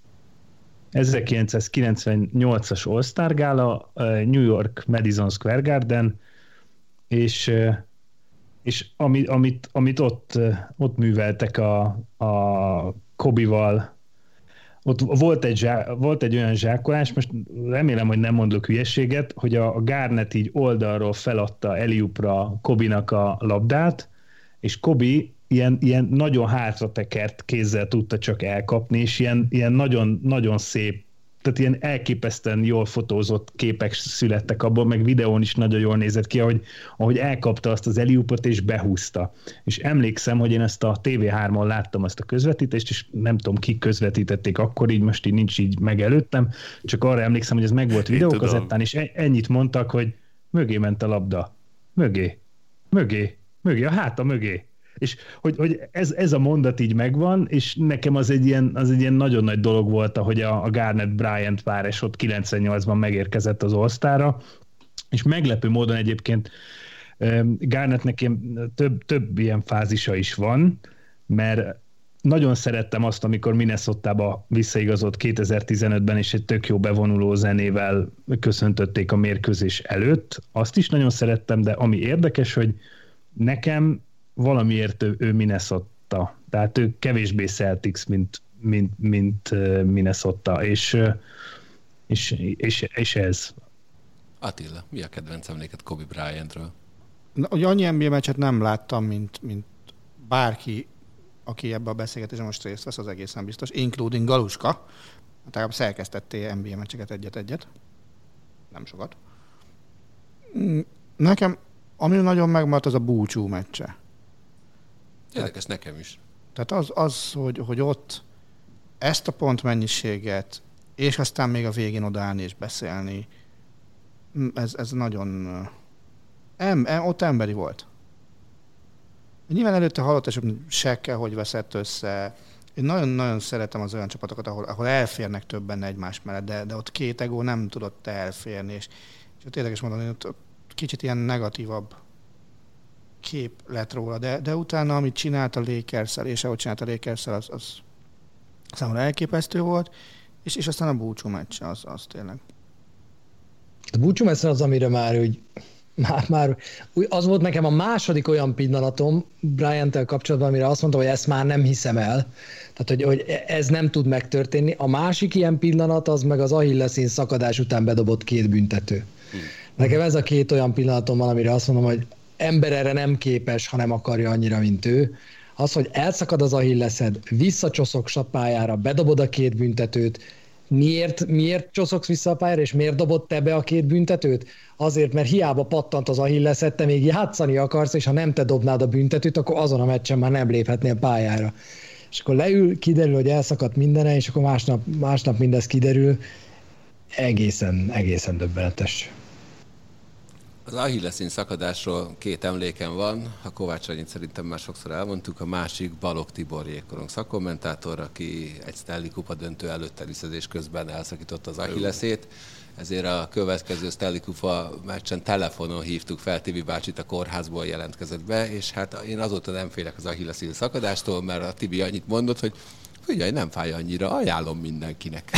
ezerkilencszázkilencvennyolcas All-Star gála, eh, New York Madison Square Garden, és eh, és amit, amit, amit ott, eh, ott műveltek a, a Kobe-val, ott volt egy, zsá, volt egy olyan zsákolás, most remélem, hogy nem mondok hülyeséget, hogy a, a Garnett így oldalról feladta Eliupra Kobe-nak a labdát, és Kobe ilyen, ilyen nagyon hátratekert kézzel tudta csak elkapni, és ilyen, ilyen nagyon, nagyon szép tehát ilyen elképesztően jól fotózott képek születtek abból, meg videón is nagyon jól nézett ki, ahogy, ahogy elkapta azt az alley-oopot és behúzta. És emlékszem, hogy én ezt a té vé hármon láttam azt a közvetítést, és nem tudom, kik közvetítették akkor, így most így nincs így meg előttem, csak arra emlékszem, hogy ez meg volt videókazettán, és ennyit mondtak, hogy mögé ment a labda. Mögé. Mögé. Mögé. A háta mögé. És hogy, hogy ez, ez a mondat így megvan, és nekem az egy ilyen, az egy ilyen nagyon nagy dolog volt, ahogy a, a Garnett Bryant páros ott kilencvennyolcban megérkezett az All-Starra, és meglepő módon egyébként Garnettnek ilyen, több, több ilyen fázisa is van, mert nagyon szerettem azt, amikor Minnesotába visszaigazolt kétezer-tizenötben, és egy tök jó bevonuló zenével köszöntötték a mérkőzés előtt. Azt is nagyon szerettem, de ami érdekes, hogy nekem valamiért ő, ő Minnesota. Tehát ő kevésbé Celtics, mint, mint, mint Minnesota, és, és, és, és ez. Attila, mi a kedvenc emléket Kobe Bryantről? Na, hogy annyi en bé á meccset nem láttam, mint, mint bárki, aki ebbe a beszélgetésben most részt vesz, az egészen biztos, including Galuska. Tehát szerkesztettél en bé á meccseket egyet-egyet. Nem sokat. Nekem, ami nagyon megmaradt, az a búcsú meccse. Érdekes nekem is. Tehát az, az hogy, hogy ott ezt a pontmennyiséget, és aztán még a végén odaállni és beszélni, ez, ez nagyon... Em, em, ott emberi volt. Nyilván előtte hallott, és Shaq-kel hogy veszett össze. Én nagyon-nagyon szeretem az olyan csapatokat, ahol, ahol elférnek többen egymás mellett, de, de ott két egó nem tudott elférni, és, és ott érdekes mondani, hogy ott, ott kicsit ilyen negatívabb kép lett róla, de, de utána, amit csinált a Lakers-szel, és ahogy csinált a Lakers-szel, az, az számomra elképesztő volt, és, és aztán a búcsú meccs, az, az tényleg. A búcsú meccs az, amire már úgy Már, már az volt nekem a második olyan pillanatom Bryant-tel kapcsolatban, amire azt mondta, hogy ezt már nem hiszem el. Tehát, hogy, hogy ez nem tud megtörténni. A másik ilyen pillanat az meg az Achilleszín szakadás után bedobott két büntető. Nekem ez a két olyan pillanatom van, amire azt mondom, hogy ember erre nem képes, ha nem akarja annyira, mint ő. Az, hogy elszakad az Achilleszed, visszacsoszogsz a pályára, bedobod a két büntetőt, Miért, miért csoszogsz vissza a pályára, és miért dobott te be a két büntetőt? Azért, mert hiába pattant az Achilleszed, te még játszani akarsz, és ha nem te dobnád a büntetőt, akkor azon a meccsen már nem léphetnél pályára. És akkor leül, kiderül, hogy elszakadt mindene, és akkor másnap, másnap mindez kiderül. Egészen, egészen döbbenetes. Az Achilleszín szakadásról két emlékem van, a Kovács Anyit szerintem már sokszor elmondtuk, a másik Balogh Tibor jégkorong szakkommentátor, aki egy Stanley Kupa döntő előtt teniszezés közben elszakította az Achilleszét, ezért a következő Stanley Kupa meccsen telefonon hívtuk fel Tibi bácsit, a kórházból jelentkezett be, és hát én azóta nem félek az Achilleszín szakadástól, mert a Tibi annyit mondott, hogy figyelj, nem fáj annyira, ajánlom mindenkinek.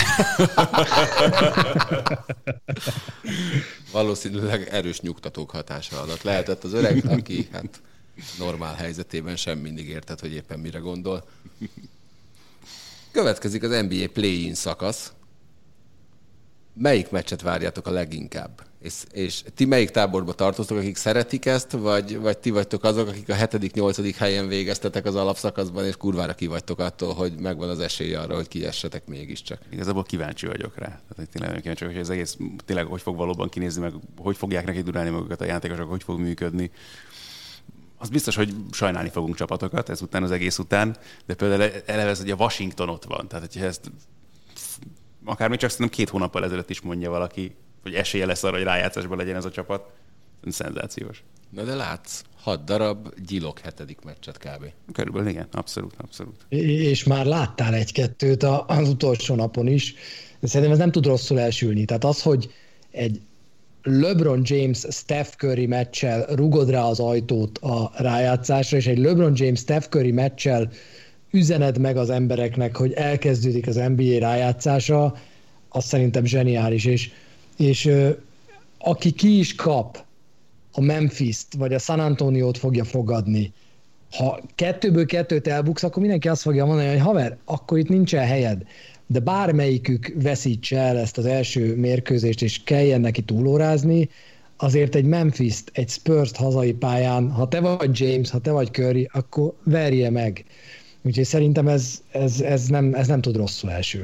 Valószínűleg erős nyugtatók hatása alatt lehetett az öreg, aki hát normál helyzetében sem mindig érted, hogy éppen mire gondol. Következik az en bé á play-in szakasz. Melyik meccset várjátok a leginkább? És, és ti melyik táborba tartoztok, akik szeretik ezt, vagy, vagy ti vagytok azok, akik a hetedik nyolcadik helyen végeztetek az alapszakaszban, és kurvára ki vagytok attól, hogy megvan az esély arra, hogy kiessetek mégiscsak? Igazából kíváncsi vagyok rá. Tehát tényleg kíváncsi vagyok, hogy ez egész tényleg hogy fog valóban kinézni, meg hogy fogják neki durálni magukat a játékosok, hogy fog működni. Az biztos, hogy sajnálni fogunk csapatokat ezután, az egész után, de például eleve ez, hogy a Washington ott van. Tehát, hogyha ezt akár még csak szerintem két hónappal ezelőtt is mondja valaki, hogy esélye lesz arra, hogy rájátszásban legyen ez a csapat. Szenzációs. Na de látsz, hat darab gyilok hetedik meccset kb. Körülbelül igen, abszolút, abszolút. És már láttál egy-kettőt az utolsó napon is. Szerintem ez nem tud rosszul elsülni. Tehát az, hogy egy LeBron James Steph Curry meccsel rugod rá az ajtót a rájátszásra, és egy LeBron James Steph Curry meccsel üzened meg az embereknek, hogy elkezdődik az en bé á rájátszása, az szerintem zseniális. És, és ö, aki ki is kap, a Memphis-t vagy a San Antoniót fogja fogadni, ha kettőből kettőt elbuksz, akkor mindenki azt fogja mondani, hogy haver, akkor itt nincsen helyed. De bármelyikük veszítse el ezt az első mérkőzést, és kelljen neki túlórázni, azért egy Memphis-t, egy Spurs-t hazai pályán, ha te vagy James, ha te vagy Curry, akkor verje meg. Úgyhogy szerintem ez, ez, ez, nem, ez nem tud rosszul elsülni.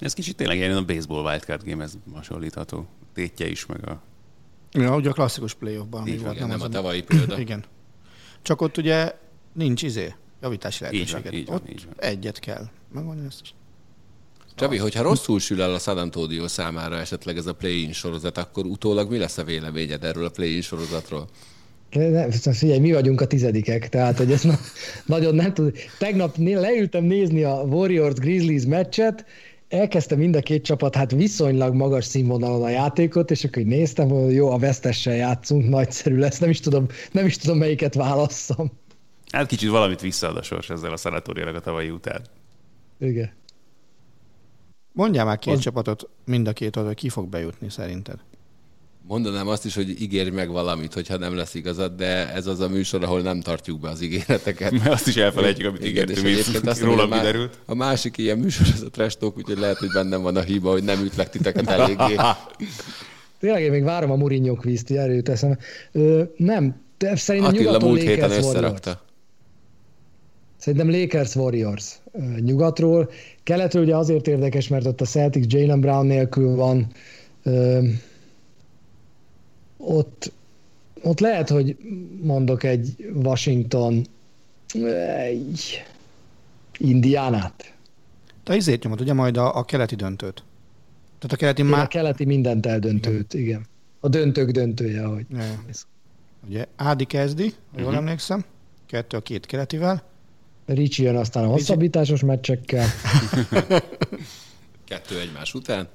Ez kicsit tényleg ilyen a baseball wildcard game, ez hasonlítható. Tétje is, meg a... Ja, ugye a klasszikus playoffban. Így van, nem, nem az a tavalyi példa. Igen. Csak ott ugye nincs izé, javítási lehetőséget. Így van, ott így van. egyet kell. Megmondani ezt is. Csabi, hogyha rosszul sül el a San Antonio számára esetleg ez a play-in sorozat, akkor utólag mi lesz a véleményed erről a play-in sorozatról? Ne, figyelj, mi vagyunk a tizedikek, tehát hogy ez na, nagyon nem tud. Tegnap leültem nézni a Warriors-Grizzlies meccset, elkezdtem mind a két csapat, hát viszonylag magas színvonalon a játékot, és akkor néztem, hogy jó, a vesztessel játszunk, nagyszerű lesz, nem is tudom, nem is tudom melyiket válasszam. Hát kicsit valamit visszaad a sors ezzel a San Antonio-nak a tavalyi után. Igen. Mondjál már két Az... csapatot, mind a két oldal, ki fog bejutni szerinted? Mondanám azt is, hogy ígérj meg valamit, hogyha nem lesz igazad, de ez az a műsor, ahol nem tartjuk be az ígéreteket. Mert azt is elfelejtjük, amit ígértünk, mint rólam kiderült. A másik ilyen műsor az a Trash Talk, úgyhogy lehet, hogy bennem van a hiba, hogy nem ütlek titeket eléggé. Tényleg én még várom a Mourinho quizt, erről jut eszembe. Ö, nem, de szerintem Attila nyugaton múlt héten Lakers összerakta. Warriors. Szerintem Lakers Warriors nyugatról. Keletről ugye azért érdekes, mert ott a Celtics Jaylen Brown nélkül van. Ö, ott, ott lehet, hogy mondok egy Washington egy Indiánát. Te izét nyomod, ugye majd a, a keleti döntőt. Tehát a keleti Én már... a keleti mindent eldöntőt, igen. igen. A döntők döntője, ahogy. Ja, ja. Ugye Ádi kezdi, ha jól uh-huh. emlékszem. Kettő a két keletivel. Ricsi jön aztán a hosszabbításos meccsekkel. Kettő egymás után.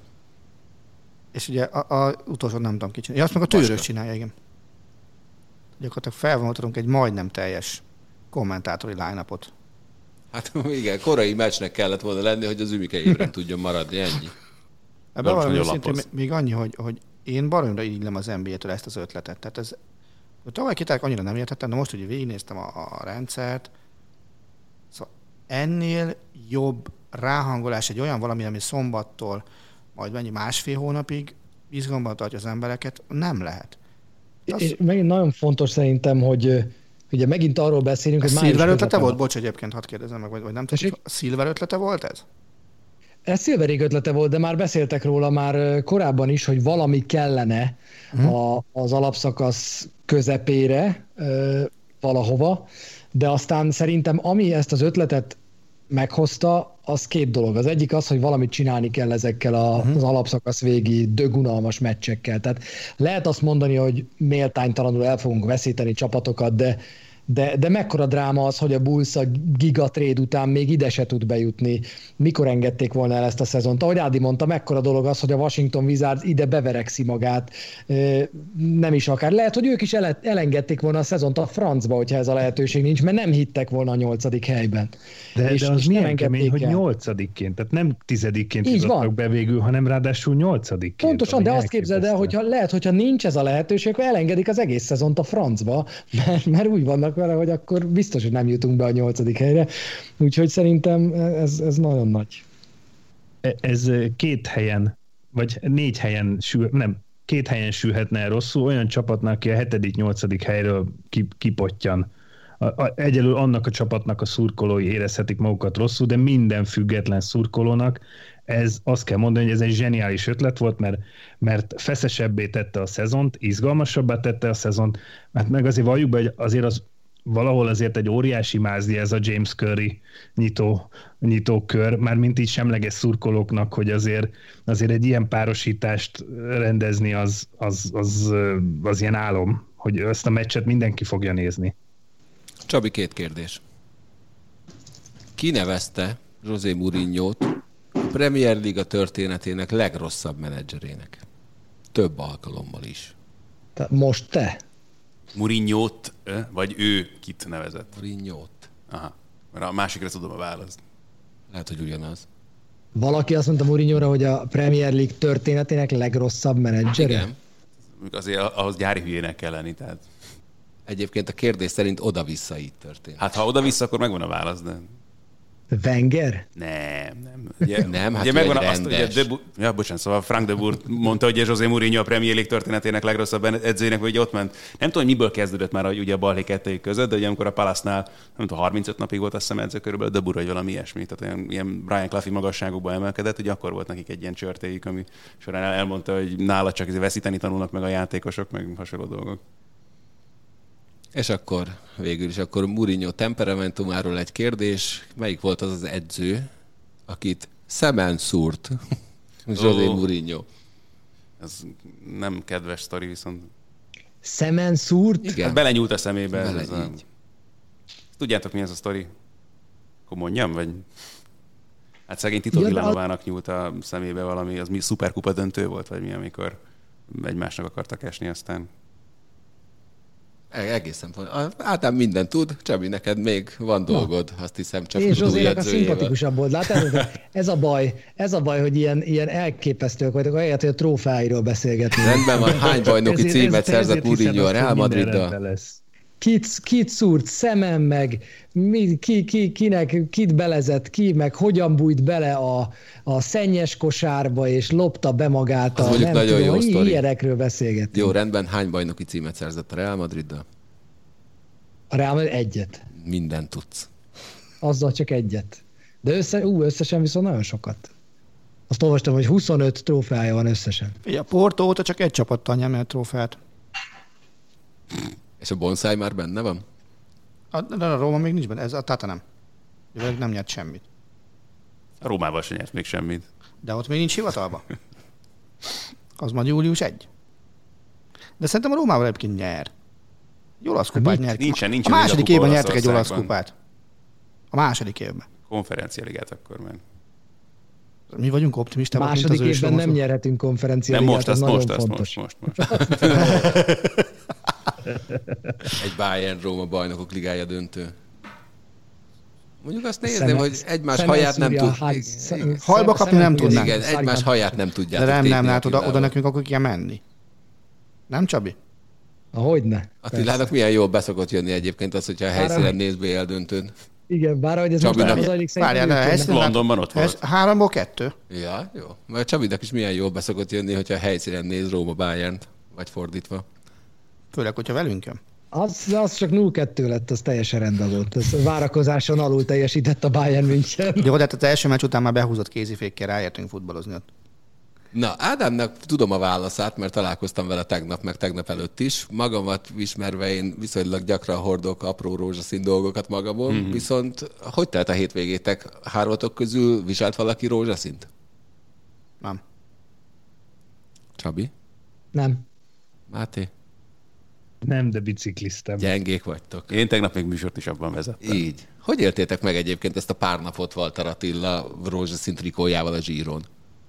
És ugye a, a utolsó nem tudom ki csinálja. Ja, azt meg a tőrös csinálja, igen. Gyakorlatilag felvonultunk egy majdnem teljes kommentátori line-upot. Hát igen, korai meccsnek kellett volna lenni, hogy az Ümike ébren tudjon maradni, ennyi. Ebben valami szintén még annyi, hogy, hogy én baromra igylem az en bé á-től ezt az ötletet. Tehát ez, tavaly kitárok annyira nem értettem, de most ugye végignéztem a, a rendszert. Szóval ennél jobb ráhangolás egy olyan valami, ami szombattól majd mennyi másfél hónapig izgalomban tartja az embereket, nem lehet. Az... És megint nagyon fontos szerintem, hogy ugye megint arról beszélünk, hogy május közepén... Silver ötlete volt? Bocs, egyébként hadd kérdezem meg, vagy, vagy nem tudom. A Silver ötlete volt ez? Ez Silverig ötlete volt, de már beszéltek róla már korábban is, hogy valami kellene uh-huh. a, az alapszakasz közepére ö, valahova, de aztán szerintem ami ezt az ötletet meghozta, az két dolog. Az egyik az, hogy valamit csinálni kell ezekkel a, uh-huh. az alapszakasz végi dögunalmas meccsekkel. Tehát lehet azt mondani, hogy méltánytalanul el fogunk veszíteni csapatokat, de De, de mekkora dráma az, hogy a Bulls a gigatrade után még ide se tud bejutni. Mikor engedték volna el ezt a szezont? Ahogy Ádi mondta, mekkora dolog az, hogy a Washington Wizards ide beverekszi magát. Nem is akár. Lehet, hogy ők is elengedték volna a szezont a francba, hogyha ez a lehetőség nincs, mert nem hittek volna a nyolcadik helyben. De, és, de az és milyen kemény, hogy nyolcadikként, tehát nem tizedikként jutottak be végül, hanem ráadásul nyolcadikként. Pontosan, de azt képzeld el, hogyha lehet, hogyha nincs ez a lehetőség, akkor elengedik az egész szezont a francba, mert, mert úgy vannak vele, hogy akkor biztos, hogy nem jutunk be a nyolcadik helyre. Úgyhogy szerintem ez, ez nagyon nagy. Ez két helyen, vagy négy helyen sül, nem, két helyen sülhetne el rosszul, olyan csapatnak, aki a hetedik, nyolcadik helyről kipottyan. Egyelőre annak a csapatnak a szurkolói érezhetik magukat rosszul, de minden független szurkolónak ez azt kell mondani, hogy ez egy zseniális ötlet volt, mert, mert feszesebbé tette a szezont, izgalmasabbá tette a szezont, mert meg azért valljuk be, hogy azért az valahol azért egy óriási mázli ez a James Curry nyitó, nyitó kör, már mint így semleges szurkolóknak, hogy azért, azért egy ilyen párosítást rendezni az, az, az, az ilyen álom, hogy ezt a meccset mindenki fogja nézni. Csabi, két kérdés. Ki nevezte José Mourinho-t a Premier Liga történetének legrosszabb menedzserének? Több alkalommal is. Te, most te? Mourinho-t, vagy ő kit nevezett? Mourinho-t. Aha, mert a másikra tudom a választ. Lehet, hogy ugyanaz. Valaki azt mondta Mourinho-ra, hogy a Premier League történetének legrosszabb menedzsere? Igen. Azért ahhoz gyári hülyének kell lenni, tehát... Egyébként a kérdés szerint oda-vissza így történt. Hát ha oda-vissza, akkor megvan a válasz, de... Wenger? Nem, nem. Ugye, nem, hát ugye megvan egy azt, ugye rendes. de Bu- ja, bocsánat, szóval Frank de Boer mondta, hogy José Mourinho a Premier League történetének legrosszabb edzőjének, hogy ott ment. Nem tudom, hogy miből kezdődött már ugye a balhé kettőjük között, de ugye amikor a Palace-nál, nem tudom, harmincöt napig volt azt hiszem edző körülbelül, de Boer vagy valami ilyesmi. Tehát olyan, ilyen Brian Cloughy magasságokba emelkedett, hogy akkor volt nekik egy ilyen csörtéjük, ami során elmondta, hogy nála csak veszíteni tanulnak meg a játékosok, meg hasonló dolgok. És akkor végül is, akkor Mourinho temperamentumáról egy kérdés. Melyik volt az az edző, akit szemen szúrt José Ó. Mourinho? Ez nem kedves sztori, viszont Szemen szúrt? Igen. hát belenyúlt a szemébe. Bele, ez a... így. Tudjátok, mi ez a sztori? Akkor mondjam, vagy... Hát szegény Tito Ja, de Villanovának nyúlt a szemébe valami, az mi szuperkupa döntő volt, vagy mi, amikor egymásnak akartak esni, aztán... E- Egészen pont. Ádám mindent tud, Csabi, neked még van dolgod, azt hiszem, csak Én Zsozének a edzőjével. szimpatikusabb volt. Látod, ez a baj, ez a baj, hogy ilyen, ilyen elképesztők vagytok, ahelyett, hogy a trófáiról beszélgetni. Rendben van, hány bajnoki Ezért- címet ezért- szerzett ezért hiszed Mourinho a azt, Real hogy minden rendben Madriddal? lesz. Kit, kit szúrt szemem meg, mi, ki, ki, kinek, kit belezett ki, meg hogyan bújt bele a, a szennyes kosárba, és lopta be magát Az a mondjuk nem nagyon tudom, jó i- sztori. ilyenekről beszélgetni. Jó, rendben, hány bajnoki címet szerzett a Real Madriddal? A Real Madrid egyet. Mindent tudsz. Azzal csak egyet. De össze, ú, összesen viszont nagyon sokat. Azt olvastam, hogy huszonöt trófeája van összesen. Ugye a Porto óta csak egy csapattal nyemelt trófeát. És a bonsai már benne van? A, de a Róma még nincs benne, ez a Tata nem. Ő nem nyert semmit. A Rómával sem nyert még semmit. De ott még nincs hivatalba. Az majd július elseje. De szerintem a Rómával egyébként nyer. Egy olasz kupát mit? nyer. Nincsen, nincsen a még a második kupa évben nyertek egy olasz Olaszországban. kupát. A második évben. Konferencialigát akkor már. Mi vagyunk optimistábbak, mint az Második évben ősromaszok. nem nyerhetünk konferenciát, Nem most, ez azt nagyon most, azt fontos. most, most, most. Egy Bayern-Róma bajnokok ligája döntő. Mondjuk azt nézném, Szeme- hogy egymás Szeme haját nem szúrja a tud... ház- szem- Igen, Hajba kapni nem szeme- tudnánk. igen, egymás haját nem De tudjátok nem, nem, tépni hát oda, oda Attilával. nekünk akkor kell menni. Nem, Csabi? Hogyne. Attilának milyen jól beszokott jönni egyébként az, hogyha a helyszínen néz bé el döntőn. Igen, bár ahogy ez most Csabinak- nem zajlik, Várjál, szerintem de ők helyszínen- jönnek. Londonban ott Ez volt. háromból kettő. Ja, jó. Mert Csabinak is milyen jól beszokott jönni, hogyha a helyszínen néz Róma Bayernt, vagy fordítva. Főleg, hogyha velünk jön. Az, az csak nulla kettő lett, az teljesen rendben volt. Ez várakozáson alul teljesített a Bayern München. Jó, de hát az első meccs után már behúzott kézifékkel, ráértünk futballozni ott. Na, Ádámnak tudom a válaszát, mert találkoztam vele tegnap, meg tegnap előtt is. Magamat ismerve én viszonylag gyakran hordok apró rózsaszín dolgokat magamon, mm-hmm. viszont hogy telt a hétvégétek? Hármatok közül viselt valaki rózsaszínt? Nem. Csabi? Nem. Máté? Nem, de bicikliztem. Gyengék vagytok. Én tegnap még műsort is abban vezettem. Így. Hogy éltétek meg egyébként ezt a pár napot Walter Attila rózsaszín trikójával a Giron?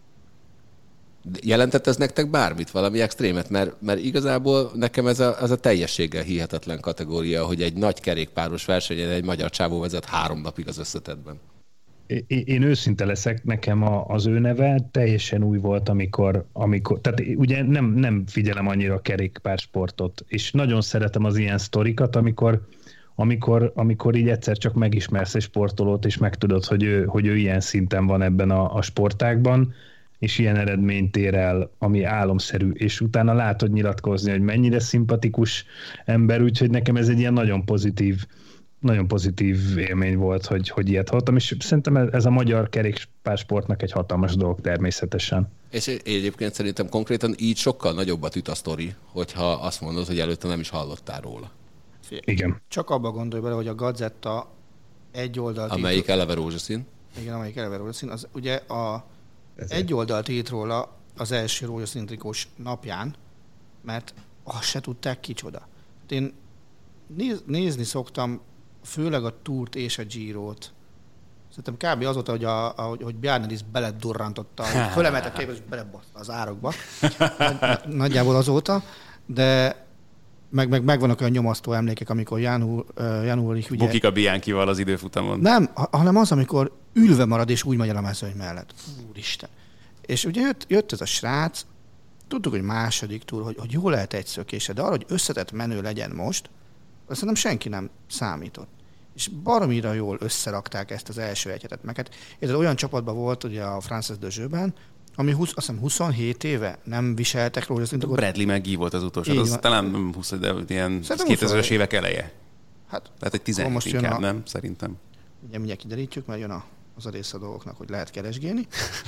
Jelentett ez nektek bármit, valami extrémet? Mert, mert igazából nekem ez a, ez a teljességgel hihetetlen kategória, hogy egy nagy kerékpáros versenyen egy magyar csávó vezet három napig az összetettben. Én, én őszinte leszek, nekem a, az ő neve teljesen új volt, amikor, amikor tehát ugye nem, nem figyelem annyira a kerékpársportot, és nagyon szeretem az ilyen sztorikat, amikor, amikor, amikor így egyszer csak megismersz egy sportolót, és megtudod, hogy ő, hogy ő ilyen szinten van ebben a, a sportágban, és ilyen eredményt ér el, ami álomszerű, és utána látod nyilatkozni, hogy mennyire szimpatikus ember, úgyhogy nekem ez egy ilyen nagyon pozitív, nagyon pozitív élmény volt, hogy, hogy ilyet hallottam, és szerintem ez a magyar kerékpársportnak egy hatalmas dolog természetesen. És egyébként szerintem konkrétan így sokkal nagyobbat üt a sztori, hogyha azt mondod, hogy előtte nem is hallottál róla. Igen. Csak abba gondolj bele, hogy a Gazetta egy oldalt... Amelyik eleve rózsaszín. Igen, amelyik eleve rózsaszín. Az ugye a egy oldalt írt róla az első rózsaszín trikós napján, mert azt se tudták kicsoda. Én néz, nézni szoktam főleg a Tourt és a Girót. Szerintem kb. Azóta, hogy, a, a, hogy Bjarnedis beledurrantotta, fölemelt a képet, és belebaszta az árokba. Nagy, nagyjából azóta, de meg, meg, megvannak olyan nyomasztó emlékek, amikor Jan, uh, Jan Ulrich ugye... Bukik a Bianchival az időfutamon. Nem, hanem az, amikor ülve marad és úgy megy el a mezőny mellett. Úristen. És ugye jött, jött ez a srác, tudtuk, hogy második túr, hogy, hogy jó lehet egy szökése, de arra, hogy összetett menő legyen most, azt szerintem senki nem számított. és baromira jól összerakták ezt az első egyhetet. Meg hát ez olyan csapatban volt ugye a Frances de Jeu-ben, ami húsz, azt hiszem huszonhét éve nem viseltek róla. Bradley McGee volt az utolsó. Az talán nem húsz, de ilyen kétezres évek eleje. Hát, tehát egy tizenhét inkább, a... nem? Szerintem. Ugye mindjárt kiderítjük, mert jön a, az a része a dolgoknak, hogy lehet keresgélni.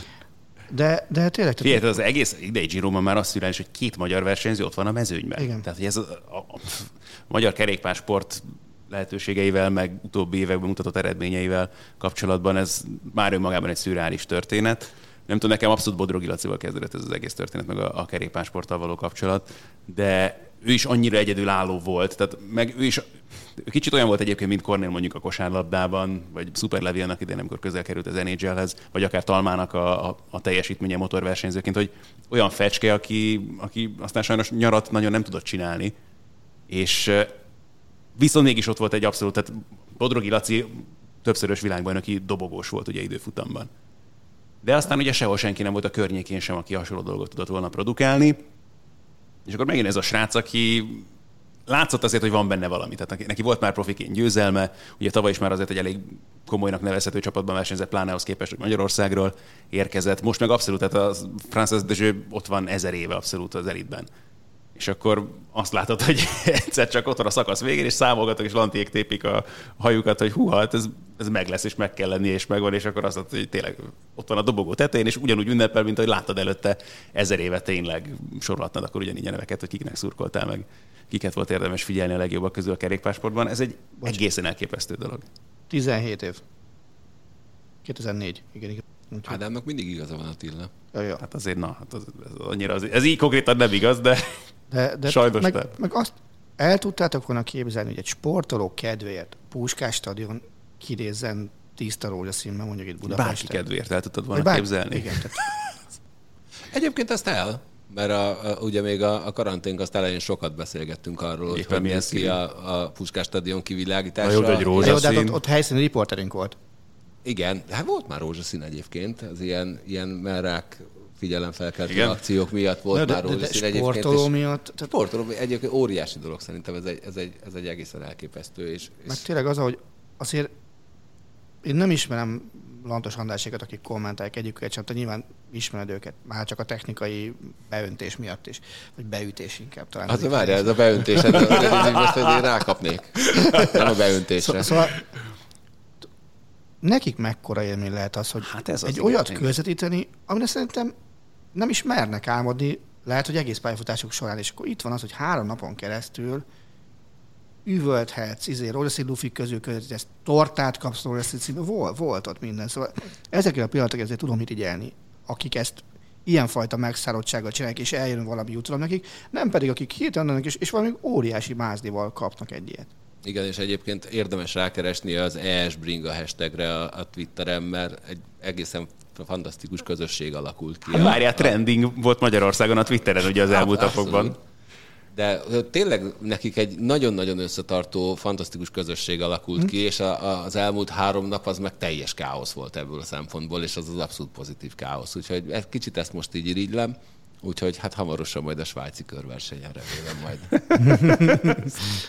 De, de tényleg... Figyelj, az egész idei Giro-ban már azt jelenik, hogy két magyar versenyző ott van a mezőnyben. Igen. Tehát, hogy ez a, a, a, a magyar kerékpársport lehetőségeivel, meg utóbbi években mutatott eredményeivel kapcsolatban ez már önmagában egy szürreális történet. Nem tudom, nekem abszolút Bodrogi Lacival kezdődött ez az egész történet, meg a, a kerékpársporttal való kapcsolat, de ő is annyira egyedülálló volt, tehát meg ő is kicsit olyan volt egyébként, mint Kornél mondjuk a kosárlabdában, vagy Super Levi annak idején, amikor közel került az en há el-hez, vagy akár Talmának a, a, a teljesítménye motorversenyzőként, hogy olyan fecske, aki, aki aztán sajnos nyarat nagyon nem tudott csinálni, és viszont mégis ott volt egy abszolút, tehát Bodrogi Laci többszörös világbajnoki dobogós volt ugye időfutamban. De aztán ugye sehol senki nem volt a környékén sem, aki hasonló dolgot tudott volna produkálni. És akkor megint ez a srác, aki látszott azért, hogy van benne valami. Tehát neki volt már profiként győzelme, ugye tavaly is már azért egy elég komolynak nevezhető csapatban versenyzett, pláne ahhoz képest, hogy Magyarországról érkezett. Most meg abszolút, tehát a Frances de Jeu ott van ezer éve abszolút az elitben. És akkor azt látod, hogy egyszer csak ott van a szakasz végén, és számolgatok, és lantiék tépik a hajukat, hogy húha, hát ez, ez meg lesz, és meg kell lenni, és megvan, és akkor azt mondod, hogy tényleg ott van a dobogó tetején, és ugyanúgy ünnepel, mint ahogy láttad előtte ezer éve tényleg sorolhatnád akkor ugyanígy a neveket, hogy kiknek szurkoltál meg, kiket volt érdemes figyelni a legjobbak közül a kerékpársportban. Ez egy Bocs. egészen elképesztő dolog. tizenhét év. kétezer-négy. Igen, igen. Ádámnak mindig igaza van, Attila. Ja, ja. Hát azért, na, hát az, ez, annyira az, ez így konkrétan nem igaz, de, de, de sajnos meg, nem. Meg azt el tudtátok volna képzelni, hogy egy sportoló kedvéért Puskás stadion kirézzen tiszta rózsaszínben, mondjuk itt Budapesten. Bárki kedvéért el tudtad volna bár... képzelni. Igen, tehát... Egyébként ezt el, mert a, a, ugye még a, a karanténk azt elején sokat beszélgettünk arról, hogy hogy néz ki a, a Puskás stadion kivilágítása. Jobb egy rózsaszín. Jó, de ott, ott helyszíni riporterünk volt. Igen, hát volt már rózsaszín egyébként, az ilyen, ilyen merrák figyelemfelkeltő akciók miatt volt de, már rózsaszín de, de egyébként. Sportoló miatt. Tehát... Sportoló egyébként óriási dolog szerintem, ez egy, ez egy, ez egy egészen elképesztő. És, meg és... tényleg az, hogy azért én nem ismerem Lantos Andrásékat, akik kommentálják egyiküket sem, de nyilván ismered őket, már csak a technikai beöntés miatt is, vagy beütés inkább talán. Hát várjál, ez a beöntés, ez most én rákapnék. Nem a beöntésre. Szóval nekik mekkora élmény lehet az, hogy hát ez egy az olyat igen. közvetíteni, amire szerintem nem is mernek álmodni, lehet, hogy egész pályafutásuk során, és akkor itt van az, hogy három napon keresztül üvölthetsz, izé, rózsaszín lufik közül közvetítesz, tortát kapsz rózsaszín színben, volt, volt ott minden. Szóval ezekkel a pillanatokra ezért tudom irigyelni, akik ezt ilyenfajta megszállottsággal csinálják, és eljön valami jutalom nekik, nem pedig akik hirtelen és, és valami óriási mázdival kapnak egy ilyet. Igen, és egyébként érdemes rákeresni az E S Bringa hashtagre a, a Twitteren, mert egy egészen fantasztikus közösség alakult ki. Hát várjál, trending volt Magyarországon a Twitteren ugye az elmúlt napokban. De tényleg nekik egy nagyon-nagyon összetartó, fantasztikus közösség alakult hmm. ki, és a, a, az elmúlt három nap az meg teljes káosz volt ebből a szempontból, és az az abszolút pozitív káosz. Úgyhogy egy kicsit ezt most így irigylem, úgyhogy hát hamarosan majd a svájci körversenyen remélem majd.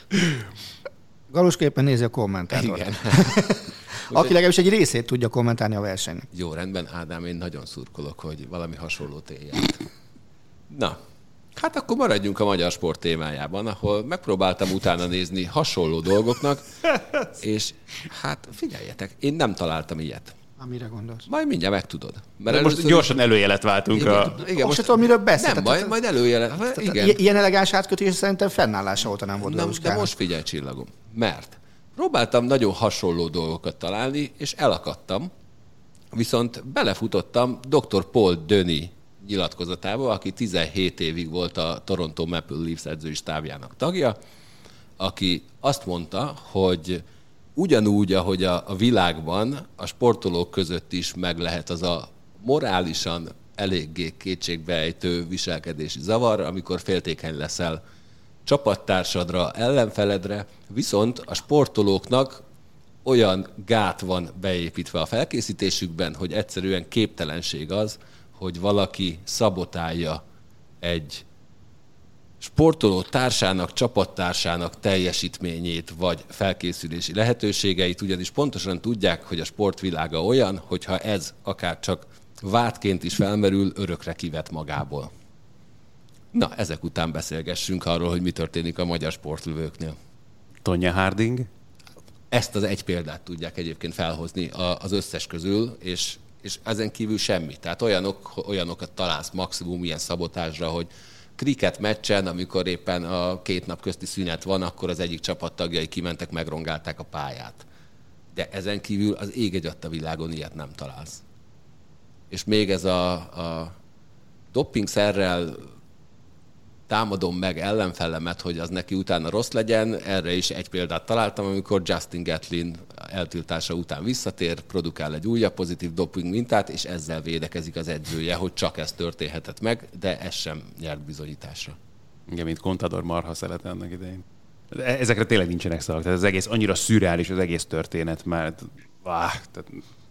Galuska éppen nézi a kommentátort. Igen. Aki legalábbis egy részét tudja kommentálni a versenynek. Jó, rendben, Ádám, én nagyon szurkolok, hogy valami hasonlót éljek. Na, hát akkor maradjunk a magyar sport témájában, ahol megpróbáltam utána nézni hasonló dolgoknak, és hát figyeljetek, én nem találtam ilyet. Amire gondolsz? Majd mindjárt megtudod. Mert most először... gyorsan előjelet váltunk. Igen, a... igen, most tudom, miről beszél. Nem, majd, majd előjelet. Igen. Ilyen elegáns átkötés szerintem fennállása óta nem volt. Nem, de most figyelj, csillagom. Mert próbáltam nagyon hasonló dolgokat találni, és elakadtam, viszont belefutottam doktor Paul Döni nyilatkozatába, aki tizenhét évig volt a Toronto Maple Leafs edzői stábjának tagja, aki azt mondta, hogy ugyanúgy, ahogy a, a világban a sportolók között is meg lehet az a morálisan eléggé kétségbeejtő viselkedési zavar, amikor féltékeny leszel csapattársadra, ellenfeledre, viszont a sportolóknak olyan gát van beépítve a felkészítésükben, hogy egyszerűen képtelenség az, hogy valaki szabotálja egy sportoló társának, csapattársának teljesítményét vagy felkészülési lehetőségeit, ugyanis pontosan tudják, hogy a sportvilága olyan, hogyha ez akár csak vádként is felmerül, örökre kivet magából. Na, ezek után beszélgessünk arról, hogy mi történik a magyar sportlövőknél. Tonya Harding? Ezt az egy példát tudják egyébként felhozni az összes közül, és, és ezen kívül semmi. Tehát olyanok, olyanokat találsz maximum ilyen szabotásra, hogy kriket meccsen, amikor éppen a két nap közti szünet van, akkor az egyik csapattagjai kimentek, megrongálták a pályát. De ezen kívül az ég egy adta világon ilyet nem találsz. És még ez a, a doppingszerrel támadom meg ellenfelemet, hogy az neki utána rossz legyen, erre is egy példát találtam, amikor Justin Gatlin eltiltása után visszatér, produkál egy újabb pozitív doping mintát, és ezzel védekezik az edzője, hogy csak ez történhetett meg, de ez sem nyert bizonyításra. Igen, mint Contador marha szelet annak idején. Ezekre tényleg nincsenek szavak, tehát az egész annyira szürreális az egész történet, mert váh, tehát...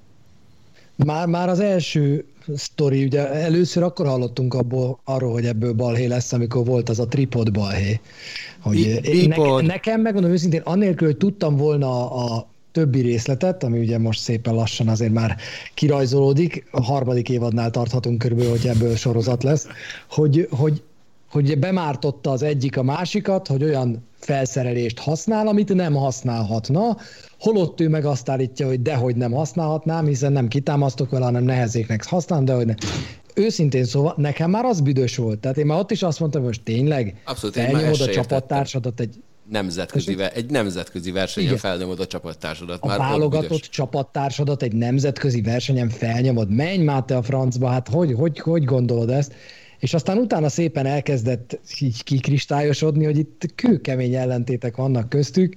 Már, már az első sztori, ugye először akkor hallottunk abból, arról, hogy ebből balhé lesz, amikor volt az a tripod balhé. Hogy Bi- ne, nekem megmondom őszintén, annélkül, hogy tudtam volna a, a többi részletet, ami ugye most szépen lassan azért már kirajzolódik, a harmadik évadnál tarthatunk körülbelül, hogy ebből sorozat lesz, hogy, hogy, hogy bemártotta az egyik a másikat, hogy olyan felszerelést használ, amit nem használhatna, holott ő meg azt állítja, hogy dehogy nem használhatnám, hiszen nem kitámasztok vele, hanem nehezéknek használom, de hogy ne. Őszintén szóval, nekem már az büdös volt. Tehát én már ott is azt mondtam, hogy most tényleg abszolút, felnyomod a csapattársadat egy... Nemzetközi, egy nemzetközi versenyen felnyomod a csapattársadat. A már válogatott csapattársadat egy nemzetközi versenyen felnyomod. Menj már te a francba, hát hogy, hogy, hogy gondolod ezt? És aztán utána szépen elkezdett így kikristályosodni, hogy itt kőkemény ellentétek vannak köztük.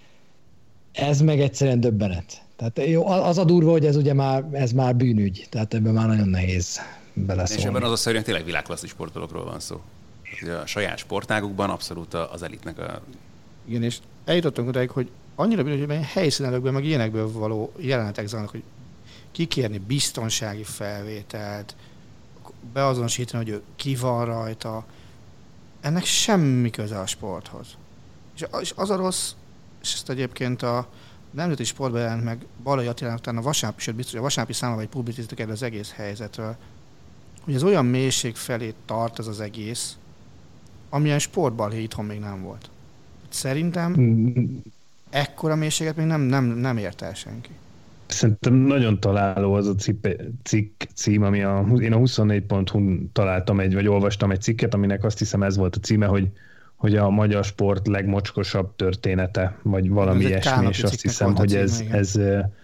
Ez meg egyszerűen döbbenet. Tehát jó, az a durva, hogy ez ugye már, ez már bűnügy, tehát ebben már nagyon nehéz beleszólni. És ebben az a szerűen tényleg világklasszis sportolókról van szó. A saját sportágukban abszolút az elitnek a... Igen, és eljutottunk odáig, hogy annyira bűnügy, hogy helyszínelőkben, meg ilyenekből való jelenetek zajlanak, hogy kikérni biztonsági felvételt, beazonosítani, hogy ő ki van rajta. Ennek semmi köze a sporthoz. És az a rossz, és ezt egyébként a nemzeti sportban jelent meg Balai Attilának, utána a vasárnapi, sőt biztos, a vasárnapi számában egy publicisztik erről az egész helyzetről, hogy az olyan mélység felé tart ez az egész, amilyen sportbalhé itthon még nem volt. Szerintem ekkora mélységet még nem, nem, nem ért el senki. Szerintem nagyon találó az a cikk, cikk cím, ami a, én a huszonnégy pont hu-n találtam egy, vagy olvastam egy cikket, aminek azt hiszem ez volt a címe, hogy, hogy a magyar sport legmocskosabb története, vagy valami ilyesmi, és azt hiszem, hogy ez, ez,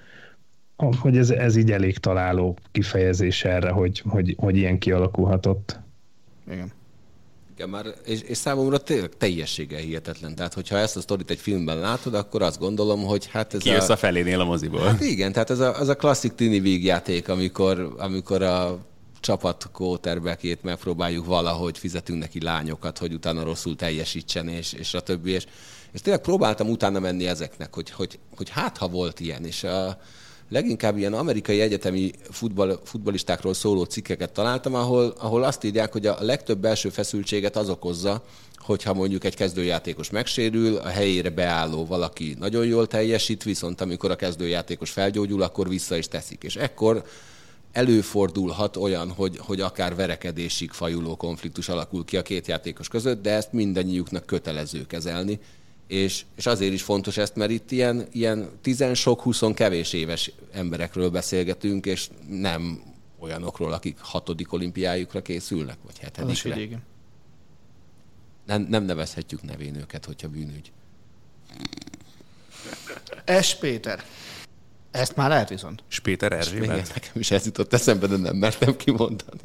hogy ez, ez így elég találó kifejezés erre, hogy, hogy, hogy ilyen kialakulhatott. Igen. Igen, már, és, és számomra tényleg teljességgel hihetetlen. Tehát, hogyha ezt a sztorit egy filmben látod, akkor azt gondolom, hogy hát ez Ki jössz a, a felénél a moziból. Hát igen, tehát ez a, az a klasszik tini vígjáték, amikor, amikor a csapat quarterbackjét megpróbáljuk valahogy, fizetünk neki lányokat, hogy utána rosszul teljesítsen, és, és a többi. És, és tényleg próbáltam utána menni ezeknek, hogy, hogy, hogy hát ha volt ilyen, és a leginkább ilyen amerikai egyetemi futball, futballistákról szóló cikkeket találtam, ahol, ahol azt írják, hogy a legtöbb belső feszültséget az okozza, hogyha mondjuk egy kezdőjátékos megsérül, a helyére beálló valaki nagyon jól teljesít, viszont amikor a kezdőjátékos felgyógyul, akkor vissza is teszik. És ekkor előfordulhat olyan, hogy, hogy akár verekedésig fajuló konfliktus alakul ki a két játékos között, de ezt mindannyiuknak kötelező kezelni. És, és azért is fontos ezt, mert itt ilyen, ilyen tizen sok, huszon kevés éves emberekről beszélgetünk, és nem olyanokról, akik hatodik olimpiájukra készülnek, vagy hetedikre. Nem, nem nevezhetjük nevén őket, hogyha bűnügy. S. Péter. Ezt már lehet viszont. Spéter Erzsébet. Igen, nekem is ez jutott eszembe, de nem mertem kimondani.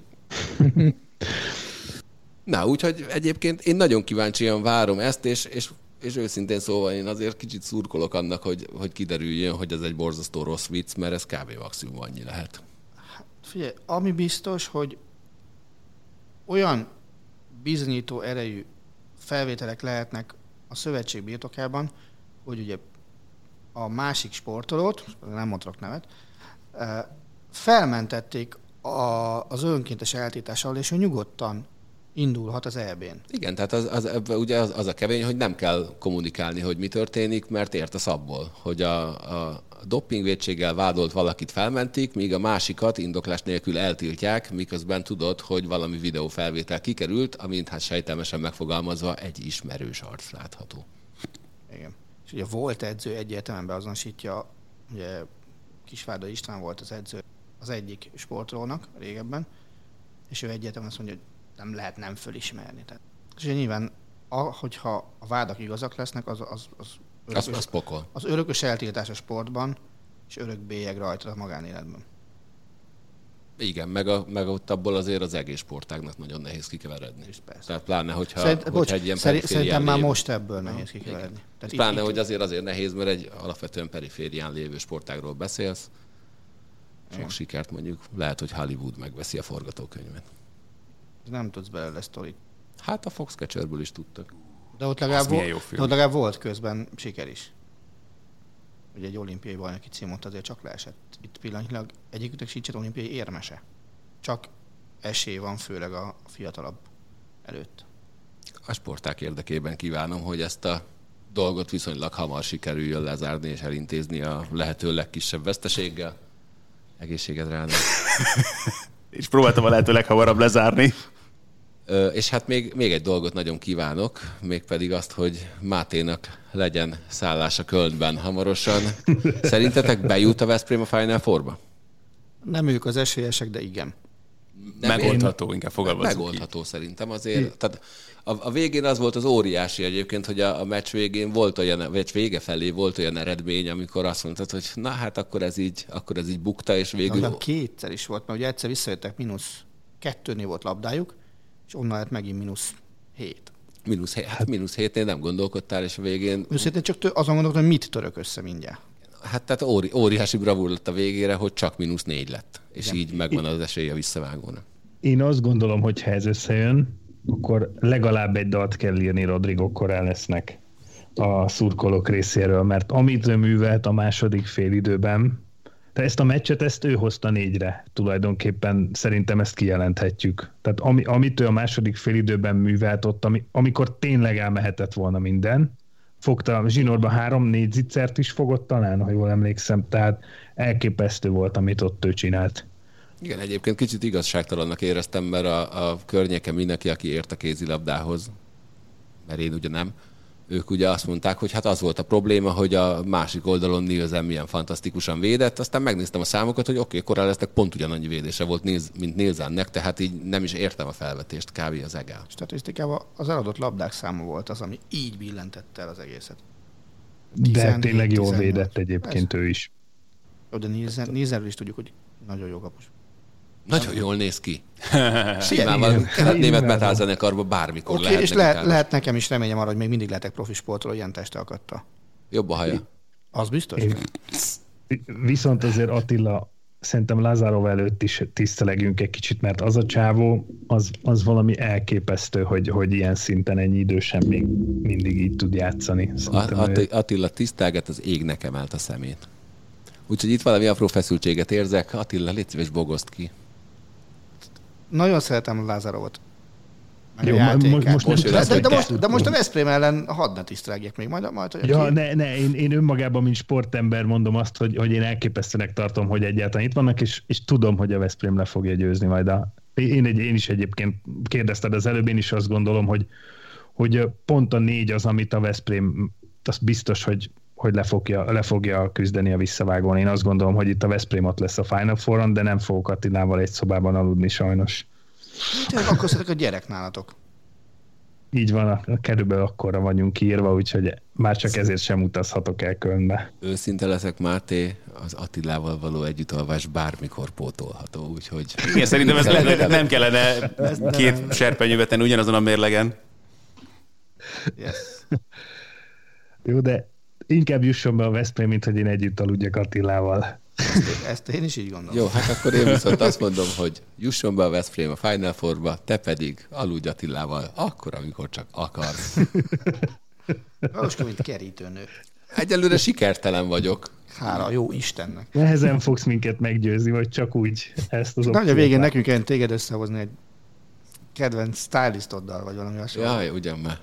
Na, úgyhogy egyébként én nagyon kíváncsian várom ezt, és, és És őszintén szóval én azért kicsit szurkolok annak, hogy, hogy kiderüljön, hogy ez egy borzasztó rossz vicc, mert ez kb. Maximum annyi lehet. Figyelj, ami biztos, hogy olyan bizonyító erejű felvételek lehetnek a szövetség birtokában, hogy ugye a másik sportolót, nem mondok nevet, felmentették a, az önkéntes eltiltás alól, és ő nyugodtan Indulhat az é bén. Igen, tehát az, az, ugye az, az a kemény, hogy nem kell kommunikálni, hogy mi történik, mert értesz abból, hogy a, a dopingvétséggel vádolt valakit felmentik, míg a másikat indoklás nélkül eltiltják, miközben tudod, hogy valami videófelvétel kikerült, amint hát sejtelmesen megfogalmazva egy ismerős arc látható. Igen. És ugye volt edző egyértelműen beazonosítja, ugye Kisvárda István volt az edző az egyik sportolónak régebben, és ő egyértelműen azt mondja, hogy nem lehet nem fölismerni. Tehát. És nyilván, a, hogyha a vádak igazak lesznek, az, az, az, örökös, az, az pokol. Az örökös eltiltás a sportban, és örök bélyeg rajta a magánéletben. Igen, meg, a, meg ott abból azért az egész sportágnak nagyon nehéz kikeveredni. Tehát pláne, hogyha, Szerint, hogyha bocs, egy ilyen szerint, Szerintem már lévő, most ebből nehéz kikeveredni. Tehát pláne, itt, hogy azért azért nehéz, mert egy alapvetően periférián lévő sportágról beszélsz. Sok igen. sikert mondjuk. Lehet, hogy Hollywood megveszi a forgatókönyvet. Nem tudsz belőle sztorit. Hát a Foxcatcherből is tudtak. De ott legalább, vo- de ott legalább volt közben siker is. Ugye egy olimpiai bajnoki címot azért csak leesett. Itt pillanatilag egyikütök sincs olimpiai érmese. Csak esély van, főleg a fiatalabb előtt. A sporták érdekében kívánom, hogy ezt a dolgot viszonylag hamar sikerüljön lezárni és elintézni a lehető legkisebb veszteséggel. Egészségedre állni. És próbáltam a lehető leghamarabb lezárni. Ö, és hát még, még egy dolgot nagyon kívánok, mégpedig azt, hogy Máténak legyen szállása Kölnben hamarosan. Szerintetek bejut a Veszprém a Final Fourba? Nem ők az esélyesek, de igen. Nem megoldható, én... inkább fogalmazunk Megoldható így. Szerintem azért. Tehát a, a végén az volt az óriási egyébként, hogy a, a meccs végén volt olyan, a meccs vége felé volt olyan eredmény, amikor azt mondtad, hogy na hát akkor ez így, akkor ez így bukta, és végül... Na, kétszer is volt, mert ugye egyszer visszajöttek mínusz kettőnél volt labdájuk, és onnan lett megint mínusz hét. Mínusz hét, hát mínusz hétnél nem gondolkodtál, és a végén... Mínusz hétnél csak tő, azon gondolkodtam, hogy mit török össze mindjárt. Hát tehát óri, óriási bravúr lett a végére, hogy csak mínusz négy lett. És igen. Így megvan az esély a visszavágónak. Én azt gondolom, hogy ha ez összejön, akkor legalább egy dalt kell írni Rodrigo Corralesnek a szurkolók részéről, mert amit ő művelt a második félidőben, de ezt a meccset, ezt ő hozta négyre. Tulajdonképpen szerintem ezt kijelenthetjük. Tehát ami, amit ő a második félidőben művelt ott, ami, amikor tényleg elmehetett volna minden, fogta zsinórba három-négy zicsert is fogott talán, ha jól emlékszem, tehát elképesztő volt, amit ott ő csinált. Igen, egyébként kicsit igazságtalannak éreztem, mert a, a környéken mindenki, aki ért a kézilabdához, mert én ugye nem, ők ugye azt mondták, hogy hát az volt a probléma, hogy a másik oldalon Nielsen milyen fantasztikusan védett, aztán megnéztem a számokat, hogy oké, okay, Corralesnek pont ugyanannyi védése volt, mint Nielsennek, tehát így nem is értem a felvetést, kb. Az egál. Statisztikában az eladott labdák száma volt az, ami így billentette el az egészet. De tényleg jól védett egyébként ez. Ő is. De Nielsen, Nielsenről is tudjuk, hogy nagyon jó kapus. Nagyon jól néz ki. Simán van, német metálzenekarban bármikor okay, lehet. És le, lehet nekem is reményem arra, hogy még mindig lehetek profi sportoló, ilyen teste akadta. Jobb a haja. Az biztos? Én, viszont azért Attila, szerintem Lázárov előtt is tisztelegjünk egy kicsit, mert az a csávó, az, az valami elképesztő, hogy, hogy ilyen szinten ennyi idősen még mindig így tud játszani. Att- Attila tisztelget, az égnek emelt a szemét. Úgyhogy itt valami apró feszültséget érzek. Attila, légy szíves, bogozd ki. Nagyon szeretem Lázárovot. Jó, most, most most de, de, de, most, de most a Veszprém ellen hadd ne tisztelegjek még, majd, majd hogy ja, ne, ne, én, én önmagában, mint sportember mondom azt, hogy, hogy én elképesztőnek tartom, hogy egyáltalán itt vannak, és, és tudom, hogy a Veszprém le fogja győzni majd a... Én, egy, én is egyébként kérdezted az előbb, én is azt gondolom, hogy, hogy pont a négy az, amit a Veszprém, az biztos, hogy hogy le fogja, le fogja küzdeni a visszavágón. Én azt gondolom, hogy itt a Veszprém ott lesz a Final Four-on, de nem fogok Attilával egy szobában aludni sajnos. Tényleg akkor szeretek a gyerek nálatok. Így van, körülbelül akkorra vagyunk kiírva, úgyhogy már csak ezért sem utazhatok el Kölnbe. Őszinte leszek, Máté, az Attilával való együttalvás bármikor pótolható, úgyhogy... Igen, szerintem ez nem, nem kellene két serpenyőbe tenni ugyanazon a mérlegen. Yes. Jó, de inkább jusson be a Veszprém, mint hogy én együtt aludjak Attilával. Ezt, ezt én is így gondolom. Jó, hát akkor én viszont azt mondom, hogy jusson be a Veszprém a Final Fourba, te pedig aludj Attilával akkor, amikor csak akarsz. Valóskor, mint kerítőnő. Egyelőre sikertelen vagyok. Hála, jó Istennek. Nehezen fogsz minket meggyőzni, vagy csak úgy ezt az Nagy a végén nekünk kell téged összehozni egy kedvenc stylistoddal, vagy valami hasonló. Jaj, ugyan már.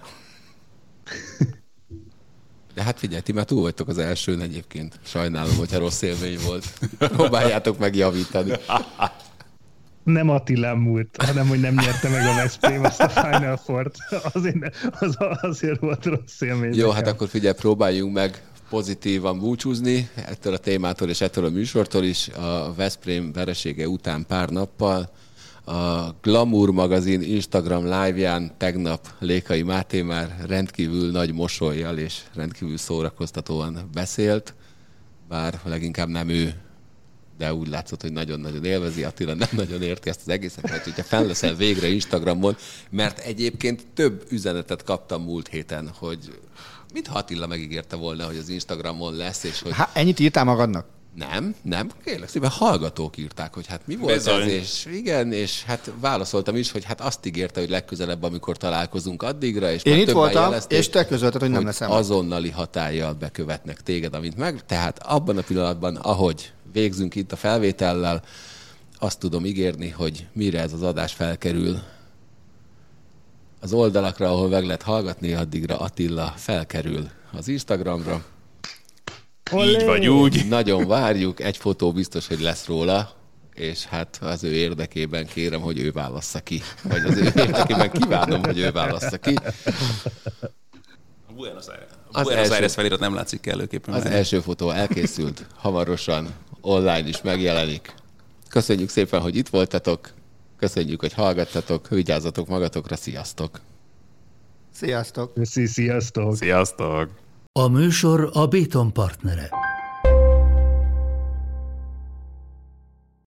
De hát figyelj, ti már túl vagytok az elsőn egyébként. Sajnálom, hogyha rossz élmény volt. Próbáljátok megjavítani. Nem Attilán múlt, hanem hogy nem nyerte meg a Veszprém azt a Final Four-t. Azért, az, azért volt rossz élmény. Jó, nekem. hát akkor figyelj, próbáljunk meg pozitívan búcsúzni ettől a témától és ettől a műsortól is. A Veszprém veresége után pár nappal a Glamour magazin Instagram live-ján tegnap Lékai Máté már rendkívül nagy mosollyal és rendkívül szórakoztatóan beszélt, bár leginkább nem ő, de úgy látszott, hogy nagyon-nagyon élvezi. Attila nem nagyon érti ezt az egészet, mert hogyha fenn leszel végre Instagramon, mert egyébként több üzenetet kaptam múlt héten, hogy mintha Attila megígérte volna, hogy az Instagramon lesz, és hogy... Há, ennyit írtál magadnak? Nem, nem, kérlek szépen, hallgatók írták, hogy hát mi volt Bizony. ez, és igen, és hát válaszoltam is, hogy hát azt ígérte, hogy legközelebb, amikor találkozunk addigra, és Én már itt többen voltam, jelezték, és te közölted, hogy nem hogy leszem. azonnali hatállyal bekövetnek téged, amint meg. Tehát abban a pillanatban, ahogy végzünk itt a felvétellel, azt tudom ígérni, hogy mire ez az adás felkerül az oldalakra, ahol meg lehet hallgatni, addigra Attila felkerül az Instagramra. Így vagy úgy. Nagyon várjuk, egy fotó biztos, hogy lesz róla, és hát az ő érdekében kérem, hogy ő válassza ki. Vagy az ő érdekében kívánom, hogy ő válassza ki. A Buenos Aires, Az Buenos első- Aires felirat nem látszik kellőképpen. Az első fotó elkészült, hamarosan online is megjelenik. Köszönjük szépen, hogy itt voltatok, köszönjük, hogy hallgattatok, vigyázzatok magatokra, sziasztok! Sziasztok! Köszi, sziasztok! Sziasztok! A műsor a Béton partnere.